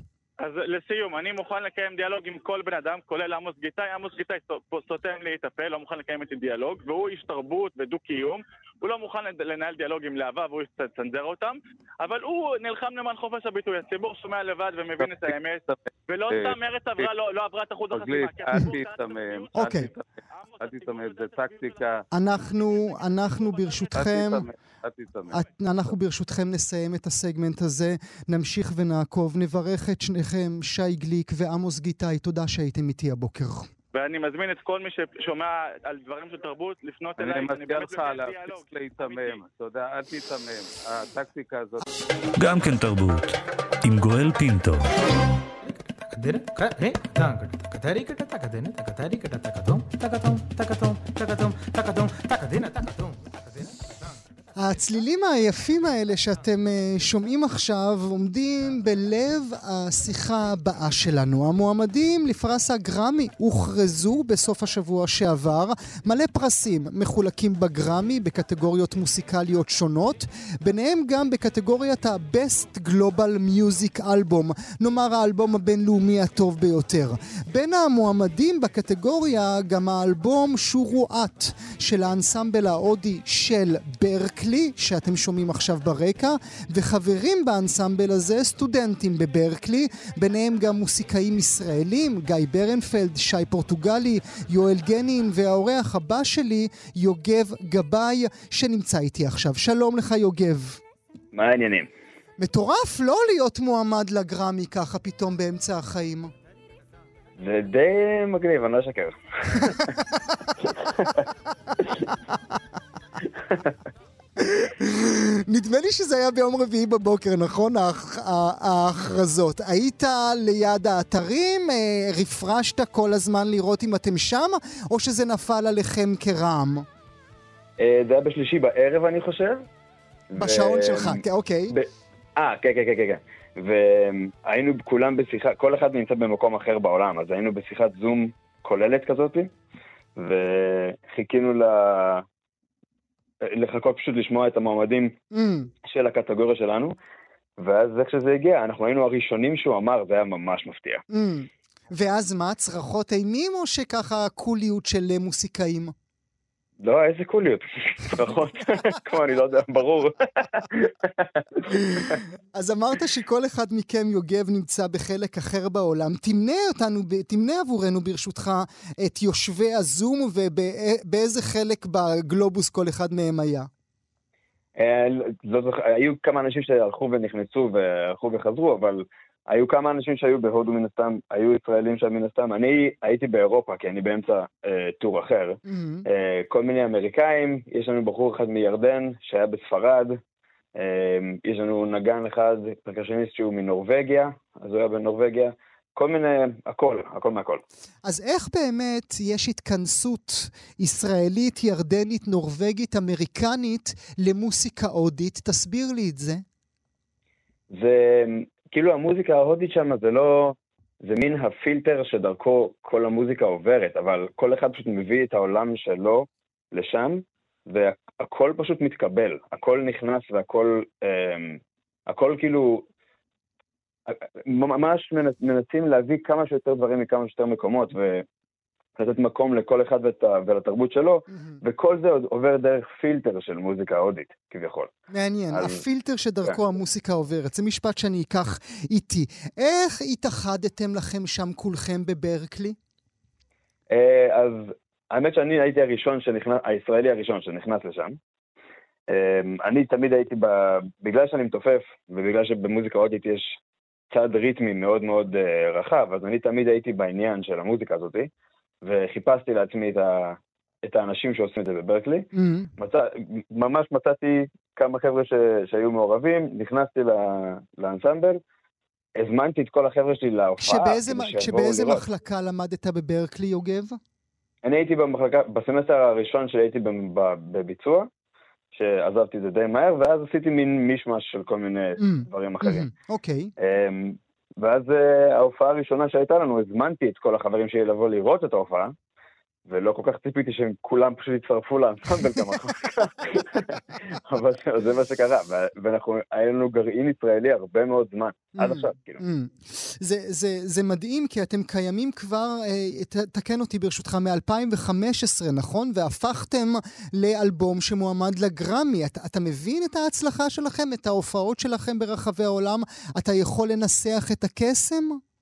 אז לסיום, אני מוכן לקיים דיאלוג עם כל בן אדם, כולל עמוס גיטאי. עמוס גיטאי סותם לי את הפה, לא מוכן לקיים איתי דיאלוג, והוא איש תרבות ודו-קיום. הוא לא מוכן לנהל דיאלוג עם להבה, והוא יצנזר אותם, אבל הוא נלחם למען חופש הביטוי. הציבור שומע לבד ומבין את האמת, ולא סתם ארץ עברה, לא עברה את אחוז החסימה. אל תתמם, אוקיי. אל תתמם, זה טקטיקה. אנחנו, אנחנו ברשותכם, אנחנו ברשותכם נסיים את הסגמנט הזה, נמשיך ונעקוב, נברך את שניכם, שי גליק ועמוס גיטאי, תודה שהייתם איתי הבוקר. ואני מזמין את כל מי ששומע על דברים של תרבות לפנות אליי. אני מזכיר לך להפסיק להתמם, תודה, אל תתמם, הטקטיקה הזאת. גם כן תרבות, עם גואל פינטו. הצלילים היפים האלה שאתם שומעים עכשיו עומדים בלב השיחה הבאה שלנו. המועמדים לפרס הגרמי הוכרזו בסוף השבוע שעבר. מלא פרסים מחולקים בגרמי בקטגוריות מוסיקליות שונות, ביניהם גם בקטגוריית ה-Best Global Music Album, נאמר האלבום הבינלאומי הטוב ביותר. בין המועמדים בקטגוריה גם האלבום שורואת של האנסמבל ההודי של ברקלי, שאתם שומעים עכשיו ברקע, וחברים באנסמבל הזה סטודנטים בברקלי, ביניהם גם מוסיקאים ישראלים, גיא ברנפלד, שי פורטוגלי, יואל גנין, והאורח הבא שלי יוגב גבאי שנמצא איתי עכשיו. שלום לך יוגב. מה העניינים? מטורף לא להיות מועמד לגרמי ככה פתאום באמצע החיים. זה די מגניב, אני לא אשקר. נדמה לי שזה היה ביום רביעי בבוקר, נכון? ההכרזות. היית ליד האתרים, רפרשת כל הזמן לראות אם אתם שם, או שזה נפל עליכם כרעם? זה היה בשלישי בערב, אני חושב. בשעון שלך, אוקיי. אה, כן, כן, כן, כן. והיינו כולם בשיחה, כל אחד נמצא במקום אחר בעולם, אז היינו בשיחת זום כוללת כזאת, וחיכינו ל... לחכות פשוט לשמוע את המועמדים mm. של הקטגוריה שלנו, ואז כשזה הגיע, אנחנו היינו הראשונים שהוא אמר, זה היה ממש מפתיע. Mm. ואז מה, צרחות אימים או שככה קוליות של מוסיקאים? לא, איזה קוליות, צרחות, כמו אני לא יודע, ברור. אז אמרת שכל אחד מכם יוגב נמצא בחלק אחר בעולם, תמנה אותנו, תמנה עבורנו ברשותך את יושבי הזום ובאיזה חלק בגלובוס כל אחד מהם היה. היו כמה אנשים שהלכו ונכנסו והלכו וחזרו, אבל היו כמה אנשים שהיו בהודו מן הסתם, היו ישראלים שם מן הסתם. אני הייתי באירופה, כי אני באמצע אה, טור אחר. Mm-hmm. אה, כל מיני אמריקאים, יש לנו בחור אחד מירדן שהיה בספרד, אה, יש לנו נגן אחד, פרקשניסט שהוא מנורווגיה, אז הוא היה בנורווגיה, כל מיני, הכל, הכל מהכל. אז איך באמת יש התכנסות ישראלית, ירדנית, נורווגית, אמריקנית למוסיקה הודית? תסביר לי את זה. זה... כאילו המוזיקה ההודית שם זה לא, זה מין הפילטר שדרכו כל המוזיקה עוברת, אבל כל אחד פשוט מביא את העולם שלו לשם, והכל פשוט מתקבל, הכל נכנס והכל, הכל כאילו, ממש מנסים להביא כמה שיותר דברים מכמה שיותר מקומות, ולתת מקום לכל אחד ולתרבות שלו, וכל זה עובר דרך פילטר של מוזיקה הודית, כביכול. מעניין, הפילטר שדרכו המוסיקה עוברת, זה משפט שאני אקח איתי. איך התאחדתם לכם שם כולכם בברקלי? אז האמת שאני הייתי הראשון שנכנס, הישראלי הראשון שנכנס לשם. אני תמיד הייתי, בגלל שאני מתופף, ובגלל שבמוזיקה הודית יש צד ריתמי מאוד מאוד רחב, אז אני תמיד הייתי בעניין של המוזיקה הזאת, וחיפשתי לעצמי את, ה, את האנשים שעושים את זה בברקלי. Mm-hmm. מצא, ממש מצאתי כמה חבר'ה ש, שהיו מעורבים, נכנסתי לאנסמבל, הזמנתי את כל החבר'ה שלי להופעה. כשבאיזה, כשבאיזה מחלקה למדת בברקלי, יוגב? אני הייתי במחלקה, בסמסטר הראשון שהייתי בביצוע, שעזבתי את זה די מהר, ואז עשיתי מין מישמש של כל מיני mm-hmm. דברים אחרים. אוקיי. Mm-hmm. Okay. ואז uh, ההופעה הראשונה שהייתה לנו, הזמנתי את כל החברים שלי לבוא לראות את ההופעה, ולא כל כך ציפיתי שהם כולם פשוט יצטרפו לאנסמבל כמה אחר. אבל זה מה שקרה, ואנחנו, היה לנו גרעין ישראלי הרבה מאוד זמן, עד עכשיו, כאילו. זה מדהים, כי אתם קיימים כבר, תקן אותי ברשותך, מ-אלפיים וחמש עשרה, נכון? והפכתם לאלבום שמועמד לגרמי. אתה מבין את ההצלחה שלכם, את ההופעות שלכם ברחבי העולם? אתה יכול לנסח את הקסם?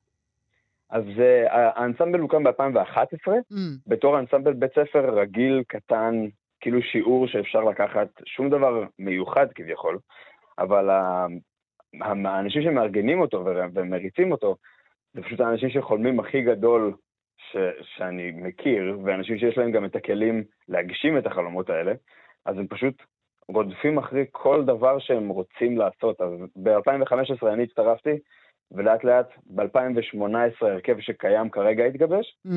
אז uh, האנסמבל הוקם ב-אלפיים ואחת עשרה, mm. בתור האנסמבל בית ספר רגיל, קטן, כאילו שיעור שאפשר לקחת, שום דבר מיוחד כביכול, אבל uh, האנשים שמארגנים אותו ומריצים אותו, זה פשוט האנשים שחולמים הכי גדול ש- שאני מכיר, ואנשים שיש להם גם את הכלים להגשים את החלומות האלה, אז הם פשוט רודפים אחרי כל דבר שהם רוצים לעשות. אז ב-אלפיים וחמש עשרה אני הצטרפתי, ולאט לאט ב-אלפיים ושמונה עשרה הרכב שקיים כרגע התגבש, mm.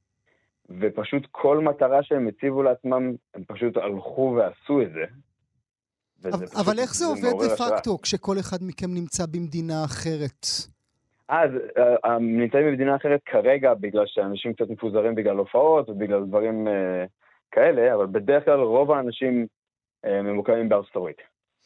ופשוט כל מטרה שהם הציבו לעצמם, הם פשוט הלכו ועשו את זה. אבל, אבל איך זה, זה עובד דה פקטו, כשכל אחד מכם נמצא במדינה אחרת? אז הם נמצאים במדינה אחרת כרגע, בגלל שאנשים קצת מפוזרים בגלל הופעות, ובגלל דברים uh, כאלה, אבל בדרך כלל רוב האנשים uh, ממוקמים בארצות הברית.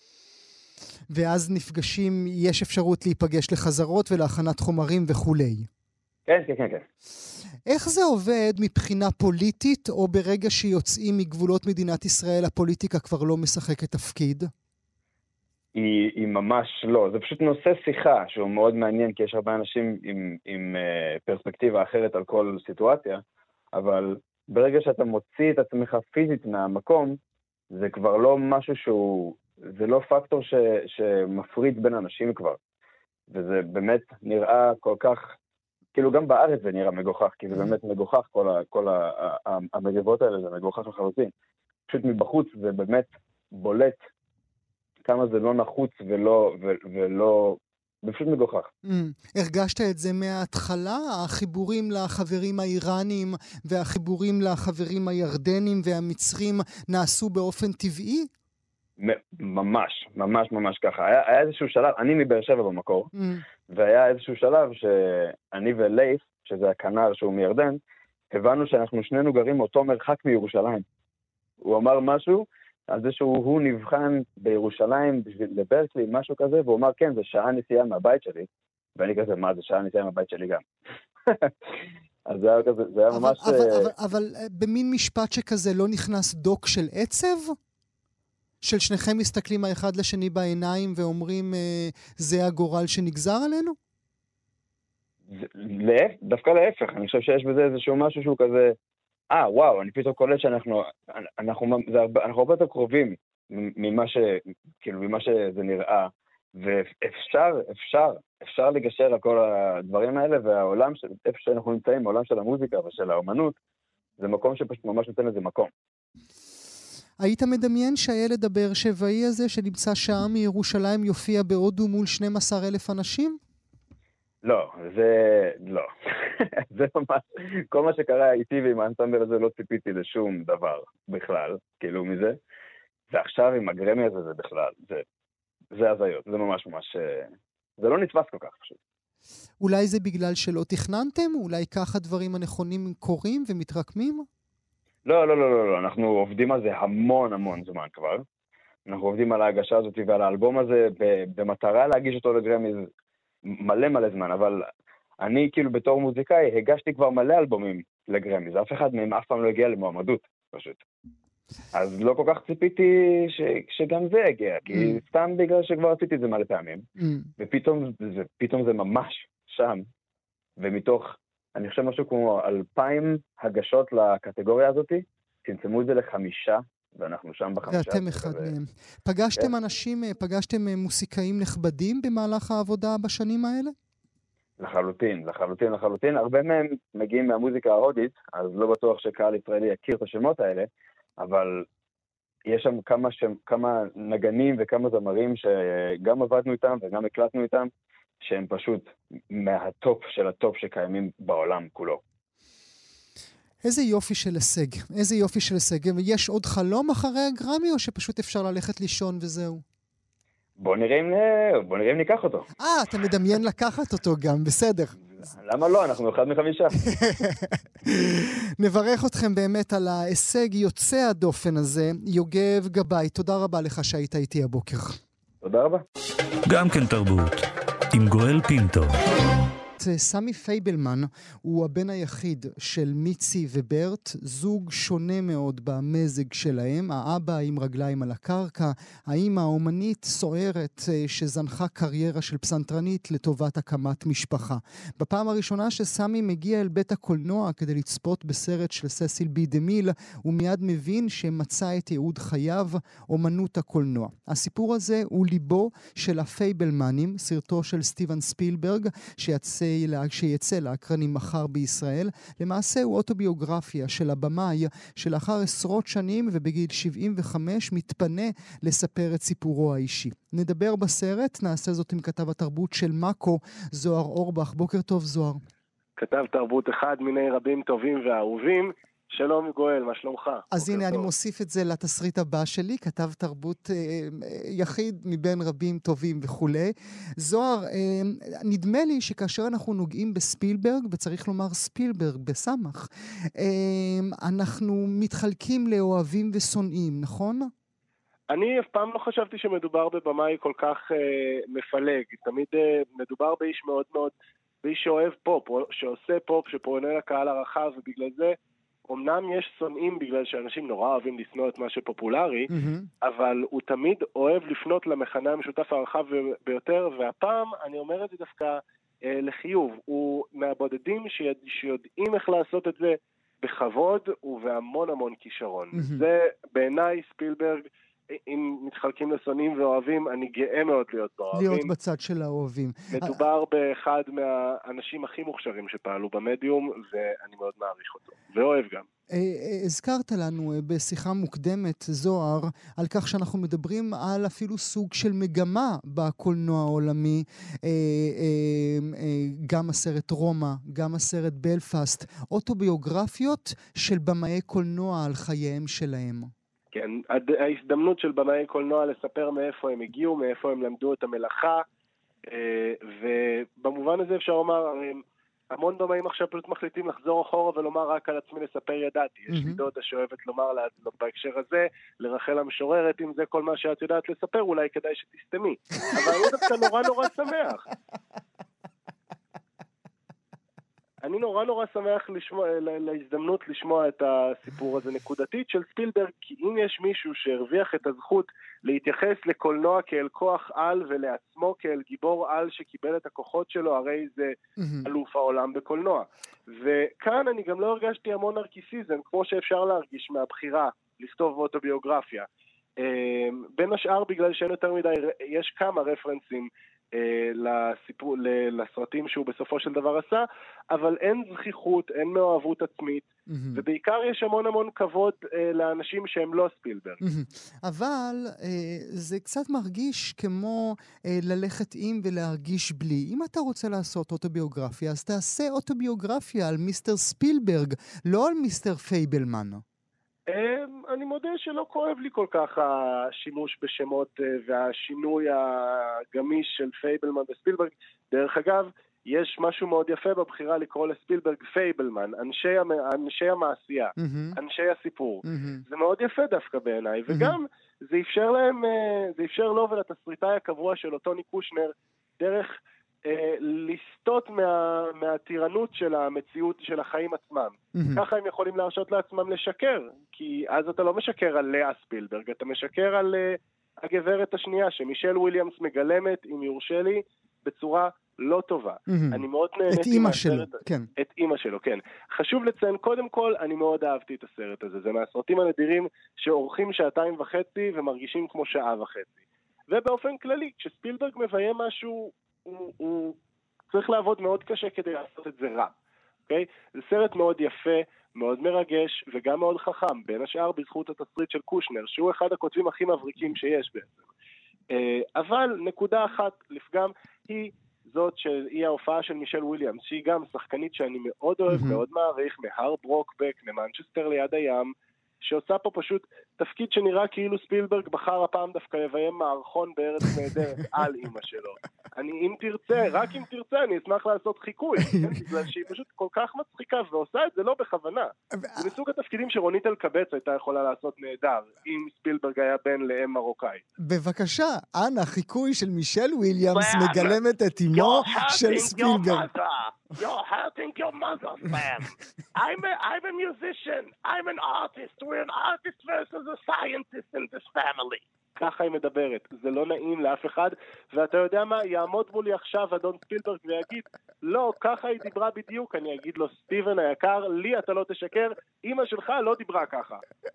ואז נפגשים, יש אפשרות להיפגש לחזרות ולהכנת חומרים וכולי. כן, כן, כן, כן. איך זה עובד מבחינה פוליטית, או ברגע שיוצאים מגבולות מדינת ישראל, הפוליטיקה כבר לא משחקת תפקיד? היא, היא ממש לא. זה פשוט נושא שיחה שהוא מאוד מעניין, כי יש הרבה אנשים עם, עם uh, פרספקטיבה אחרת על כל סיטואציה, אבל ברגע שאתה מוציא את עצמך פיזית מהמקום, זה כבר לא משהו שהוא... זה לא פקטור ש, שמפריד בין אנשים כבר. וזה באמת נראה כל כך, כאילו גם בארץ זה נראה מגוחך, כי זה באמת מגוחך, כל, ה, כל ה, ה, המריבות האלה זה מגוחך לחלוטין. פשוט מבחוץ זה באמת בולט כמה זה לא נחוץ ולא, ו, ולא, זה פשוט מגוחך. Mm. הרגשת את זה מההתחלה? החיבורים לחברים האיראנים והחיבורים לחברים הירדנים והמצרים נעשו באופן טבעי? ממש, ממש ממש ככה. היה, היה איזשהו שלב, אני מבאר שבע במקור, mm. והיה איזשהו שלב שאני ולייף, שזה הכנר שהוא מירדן, הבנו שאנחנו שנינו גרים מאותו מרחק מירושלים. הוא אמר משהו, על זה שהוא נבחן בירושלים בשביל לברקלי, משהו כזה, והוא אמר, כן, זה שעה נסיעה מהבית שלי, ואני כזה, מה, זה שעה נסיעה מהבית שלי גם. אז זה היה כזה, זה היה ממש... אבל, אבל, אבל, אבל במין משפט שכזה לא נכנס דוק של עצב? של שניכם מסתכלים האחד לשני בעיניים ואומרים, זה הגורל שנגזר עלינו? דווקא להפך, אני חושב שיש בזה איזשהו משהו שהוא כזה, אה, וואו, אני פתאום קולט שאנחנו, אנחנו, אנחנו הרבה יותר קרובים ממה ש, כאילו, ממה שזה נראה, ואפשר, אפשר, אפשר לגשר על כל הדברים האלה, והעולם, איפה שאנחנו נמצאים, העולם של המוזיקה ושל האומנות, זה מקום שפשוט ממש נותן לזה מקום. היית מדמיין שהילד הבאר שבעי הזה שנמצא שעה מירושלים יופיע בהודו מול שנים עשר אלף אנשים? לא, זה לא. זה ממש, כל מה שקרה איתי ועם האנסמבל הזה לא ציפיתי לשום דבר בכלל, כאילו מזה. ועכשיו עם הגרמי הזה זה בכלל, זה, זה הזיות, זה ממש ממש, זה לא נתפס כל כך פשוט. אולי זה בגלל שלא תכננתם? אולי ככה דברים הנכונים קורים ומתרקמים? לא, לא, לא, לא, לא, אנחנו עובדים על זה המון המון זמן כבר. אנחנו עובדים על ההגשה הזאת ועל האלבום הזה במטרה להגיש אותו לגרמיז מלא מלא זמן, אבל אני כאילו בתור מוזיקאי הגשתי כבר מלא אלבומים לגרמיז, אף אחד מהם אף פעם לא הגיע למועמדות פשוט. אז לא כל כך ציפיתי ש, שגם זה הגיע, כי mm. סתם בגלל שכבר עשיתי את זה מלא פעמים, mm. ופתאום זה, פתאום זה ממש שם, ומתוך, אני חושב משהו כמו אלפיים הגשות לקטגוריה הזאת, צמצמו את זה לחמישה, ואנחנו שם בחמישה. ואתם אחד מהם. פגשתם אנשים, פגשתם מוסיקאים נכבדים במהלך העבודה בשנים האלה? לחלוטין, לחלוטין, לחלוטין. הרבה מהם מגיעים מהמוזיקה ההודית, אז לא בטוח שקהל ישראלי יכיר את השמות האלה, אבל יש שם כמה, ש... כמה נגנים וכמה זמרים שגם עבדנו איתם וגם הקלטנו איתם, שהם פשוט מהטופ של הטופ שקיימים בעולם כולו. איזה יופי של הישג, איזה יופי של הישג. יש עוד חלום אחרי הגרמי, או שפשוט אפשר ללכת לישון וזהו? בוא נראה אם, בוא נראה אם ניקח אותו. אה, אתה מדמיין לקחת אותו גם, בסדר. למה לא? אנחנו אחד מחמישה. נברך אתכם באמת על ההישג יוצא הדופן הזה. יוגב גבאי, תודה רבה לך שהיית איתי הבוקר. תודה רבה. גם כן תרבות, עם גואל פינטו. סמי פייבלמן הוא הבן היחיד של מיצי וברט, זוג שונה מאוד במזג שלהם, האבא עם רגליים על הקרקע, האמא האומנית סוערת שזנחה קריירה של פסנתרנית לטובת הקמת משפחה. בפעם הראשונה שסמי מגיע אל בית הקולנוע כדי לצפות בסרט של ססיל בי דמיל, הוא מיד מבין שמצא את ייעוד חייו, אומנות הקולנוע. הסיפור הזה הוא ליבו של הפייבלמנים, סרטו של סטיבן ספילברג, שיצא שיצא לאקרנים מחר בישראל. למעשה הוא אוטוביוגרפיה של הבמאי שלאחר עשרות שנים ובגיל שבעים וחמש מתפנה לספר את סיפורו האישי. נדבר בסרט, נעשה זאת עם כתב התרבות של מאקו, זוהר אורבך. בוקר טוב זוהר. כתב תרבות אחד מיני רבים טובים ואהובים. שלום גואל, מה שלומך? אז הנה, אני מוסיף את זה לתסריט הבא שלי, כתב תרבות אה, יחיד מבין רבים טובים וכולי. זוהר, אה, נדמה לי שכאשר אנחנו נוגעים בספילברג, וצריך לומר ספילברג בסמך, אה, אנחנו מתחלקים לאוהבים ושונאים, נכון? אני אף פעם לא חשבתי שמדובר בבמאי כל כך אה, מפלג. תמיד אה, מדובר באיש מאוד מאוד, באיש שאוהב פופ, שעושה פופ, שפוענה לקהל הרחב, ובגלל זה אמנם יש שונאים בגלל שאנשים נורא אוהבים לשנוא את מה שפופולרי, mm-hmm. אבל הוא תמיד אוהב לפנות למכנה המשותף הרחב ביותר, והפעם אני אומר את זה דווקא אה, לחיוב. הוא מהבודדים שיד, שיודעים איך לעשות את זה בכבוד ובהמון המון כישרון. Mm-hmm. זה בעיניי ספילברג, אם מתחלקים לשונאים ואוהבים, אני גאה מאוד להיות באוהבים. להיות בצד של האוהבים. מדובר באחד מהאנשים הכי מוכשרים שפעלו במדיום, ואני מאוד מעריך אותו, ואוהב גם. הזכרת לנו בשיחה מוקדמת, זוהר, על כך שאנחנו מדברים על אפילו סוג של מגמה בקולנוע העולמי, גם הסרט רומא, גם הסרט בלפאסט, אוטוביוגרפיות של במאי קולנוע על חייהם שלהם. כן, ההזדמנות של במאי קולנוע לספר מאיפה הם הגיעו, מאיפה הם למדו את המלאכה, ובמובן הזה אפשר לומר, המון במאים עכשיו פשוט מחליטים לחזור אחורה ולומר רק על עצמי לספר ידעתי. יש לי דודה שאוהבת לומר לה, בהקשר הזה, לרחל המשוררת, אם זה כל מה שאת יודעת לספר, אולי כדאי שתסתמי. אבל אני דווקא נורא נורא שמח. אני נורא נורא שמח לשמוע, להזדמנות לשמוע את הסיפור הזה נקודתית של ספילברג, כי אם יש מישהו שהרוויח את הזכות להתייחס לקולנוע כאל כוח על ולעצמו כאל גיבור על שקיבל את הכוחות שלו, הרי זה אלוף העולם בקולנוע. וכאן אני גם לא הרגשתי המון נרקיסיזם, כמו שאפשר להרגיש מהבחירה לכתוב אוטוביוגרפיה. בין השאר בגלל שאין יותר מדי, יש כמה רפרנסים לסיפור, לסרטים שהוא בסופו של דבר עשה, אבל אין זכיחות, אין מאוהבות עצמית, mm-hmm. ובעיקר יש המון המון כבוד אה, לאנשים שהם לא ספילברג. Mm-hmm. אבל אה, זה קצת מרגיש כמו אה, ללכת עם ולהרגיש בלי. אם אתה רוצה לעשות אוטוביוגרפיה, אז תעשה אוטוביוגרפיה על מיסטר ספילברג, לא על מיסטר פייבלמן. אני מודה שלא כואב לי כל כך השימוש בשמות והשינוי הגמיש של פייבלמן וספילברג. דרך אגב, יש משהו מאוד יפה בבחירה לקרוא לספילברג פייבלמן, אנשי, המ... אנשי המעשייה, mm-hmm. אנשי הסיפור. Mm-hmm. זה מאוד יפה דווקא בעיניי, mm-hmm. וגם זה אפשר להם, זה אפשר לו ולתסריטאי הקבוע של טוני קושנר, דרך אה, לסטות מה, מהטירנות של המציאות של החיים עצמם. Mm-hmm. ככה הם יכולים להרשות לעצמם לשקר, כי אז אתה לא משקר על לאה ספילברג, אתה משקר על uh, הגברת השנייה, שמישל וויליאמס מגלמת, אם יורשה לי, בצורה לא טובה. Mm-hmm. אני מאוד נהניתי... את אימא שלו, כן. את אימא שלו, כן. חשוב לציין, קודם כל, אני מאוד אהבתי את הסרט הזה. זה מהסרטים הנדירים שעורכים שעתיים וחצי ומרגישים כמו שעה וחצי. ובאופן כללי, כשספילברג מביים משהו, הוא, הוא צריך לעבוד מאוד קשה כדי לעשות את זה רע. Okay? זה סרט מאוד יפה, מאוד מרגש וגם מאוד חכם, בין השאר בזכות התסריט של קושנר, שהוא אחד הכותבים הכי מבריקים שיש בעצם. אבל נקודה אחת לפגם היא זאת שהיא ההופעה של מישל וויליאמס, שהיא גם שחקנית שאני מאוד אוהב, mm-hmm. מאוד מעריך, מהר ברוקבק, ממנצ'סטר ליד הים, שעושה פה פשוט תפקיד שנראה כאילו ספילברג בחר הפעם דווקא לביים מערכון בארץ נהדרת על אמא שלו. אני, אם תרצה, רק אם תרצה, אני אשמח לעשות חיקוי, כן? בגלל שהיא פשוט כל כך מצחיקה, ועושה את זה לא בכוונה. זה מסוג התפקידים שרונית אלקבץ הייתה יכולה לעשות נהדר, אם ספילברג היה בן לאם מרוקאי. בבקשה, אנה, חיקוי של מישל וויליאמס מגלמת את אמו של ספילברג. You're hurting your mother, Sam. I'm a, I'm a musician. I'm an artist. We're an artist versus a scientist in this family. ככה היא מדברת. זה לא נעים לאף אחד. ואתה יודע מה? יעמוד מולי עכשיו אדון ספילברג ויגיד, לא, ככה היא דיברה בדיוק. אני אגיד לו, סטיבן היקר, לי אתה לא תשקר. אמא שלך לא דיברה ככה.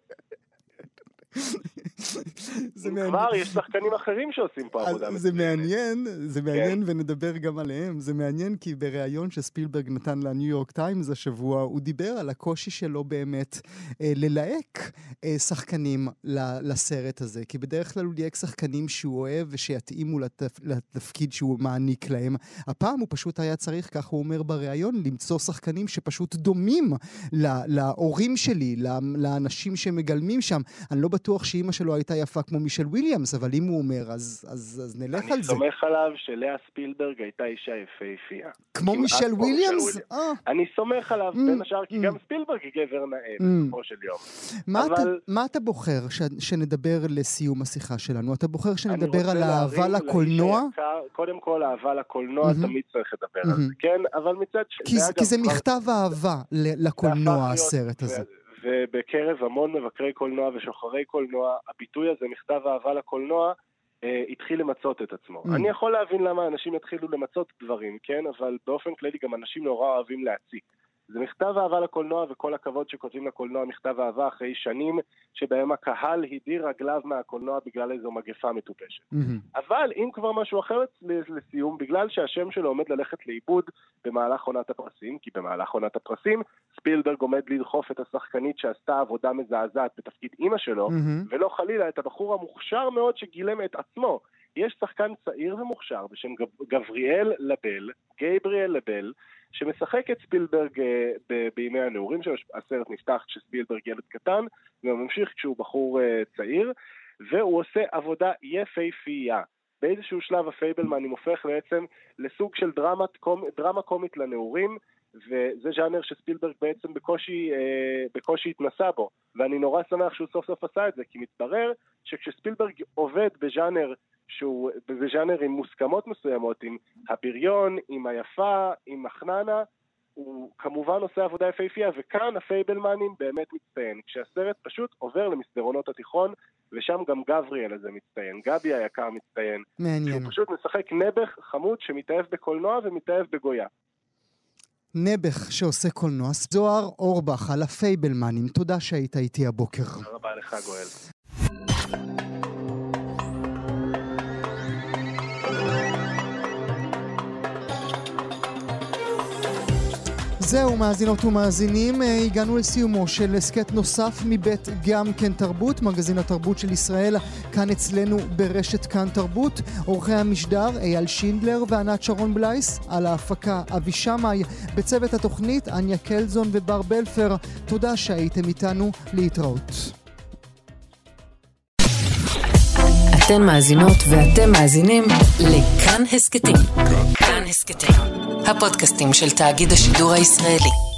כבר יש שחקנים אחרים שעושים פה עבודה. זה מעניין, זה מעניין ונדבר גם עליהם. זה מעניין כי בריאיון שספילברג נתן לניו יורק טיימס השבוע, הוא דיבר על הקושי שלו באמת ללהק שחקנים לסרט הזה. כי בדרך כלל הוא ליהק שחקנים שהוא אוהב ושיתאימו לתפקיד שהוא מעניק להם. הפעם הוא פשוט היה צריך, כך הוא אומר בריאיון, למצוא שחקנים שפשוט דומים להורים שלי, לאנשים שמגלמים שם. אני לא בטוח שאמא שלו הייתה יפה כמו מישל וויליאמס, אבל אם הוא אומר, אז, אז, אז נלך על זה. אני סומך עליו שלאה ספילברג הייתה אישה יפהפייה. כמו מישל וויליאמס? אני סומך עליו בין השאר, כי גם ספילברג היא גבר נאה בסופו של יום. מה אתה בוחר שנדבר לסיום השיחה שלנו? אתה בוחר שנדבר על האהבה לקולנוע? קודם כל, האהבה לקולנוע תמיד צריך לדבר על זה, כן? אבל מצד שני... כי זה מכתב אהבה לקולנוע, הסרט הזה. ובקרב המון מבקרי קולנוע ושוחרי קולנוע, הביטוי הזה, מכתב אהבה לקולנוע, אה, התחיל למצות את עצמו. Mm. אני יכול להבין למה אנשים יתחילו למצות דברים, כן? אבל באופן כללי גם אנשים נורא אוהבים להציק. זה מכתב אהבה לקולנוע, וכל הכבוד שכותבים לקולנוע מכתב אהבה אחרי שנים שבהם הקהל הדיר רגליו מהקולנוע בגלל איזו מגפה מטופשת. Mm-hmm. אבל אם כבר משהו אחר לסיום, בגלל שהשם שלו עומד ללכת לאיבוד במהלך עונת הפרסים, כי במהלך עונת הפרסים ספילברג עומד לדחוף את השחקנית שעשתה עבודה מזעזעת בתפקיד אמא שלו, mm-hmm. ולא חלילה את הבחור המוכשר מאוד שגילם את עצמו. יש שחקן צעיר ומוכשר בשם גבריאל לבל, גייבריאל לבל, שמשחק את ספילברג ב- בימי הנעורים שלו. הסרט נפתח כשספילברג ילד קטן, והוא ממשיך כשהוא בחור צעיר, והוא עושה עבודה יפהפייה. באיזשהו שלב הפייבלמנים הופך בעצם לסוג של דרמה, דרמה קומית לנעורים, וזה ז'אנר שספילברג בעצם בקושי, בקושי התנסה בו. ואני נורא שמח שהוא סוף סוף עשה את זה, כי מתברר שכשספילברג עובד בז'אנר שהוא בז'אנר עם מוסכמות מסוימות, עם הבריון, עם היפה, עם מחננה, הוא כמובן עושה עבודה יפהפייה, וכאן הפייבלמנים באמת מצטיין, כשהסרט פשוט עובר למסדרונות התיכון, ושם גם גבריאל הזה מצטיין, גבי היקר מצטיין, מעניין. שהוא פשוט משחק נבח חמוד שמתאהב בקולנוע ומתאהב בגויה. נבח שעושה קולנוע. זוהר אורבך על הפייבלמנים, תודה שהיית איתי הבוקר. תודה רבה לך גואל. זהו, מאזינות ומאזינים, הגענו לסיומו של הסקט נוסף מבית גם כן תרבות, מגזין התרבות של ישראל, כאן אצלנו ברשת כאן תרבות. עורכי המשדר אייל שינדלר וענת שרון בלייס, על ההפקה אבי שמאי, בצוות התוכנית אניה קלזון ובר בלפר. תודה שהייתם איתנו, להתראות. אתן מאזינות ואתם מאזינים לכאן הסקטים. כאן הסקטים, הפודקאסטים של תאגיד השידור הישראלי.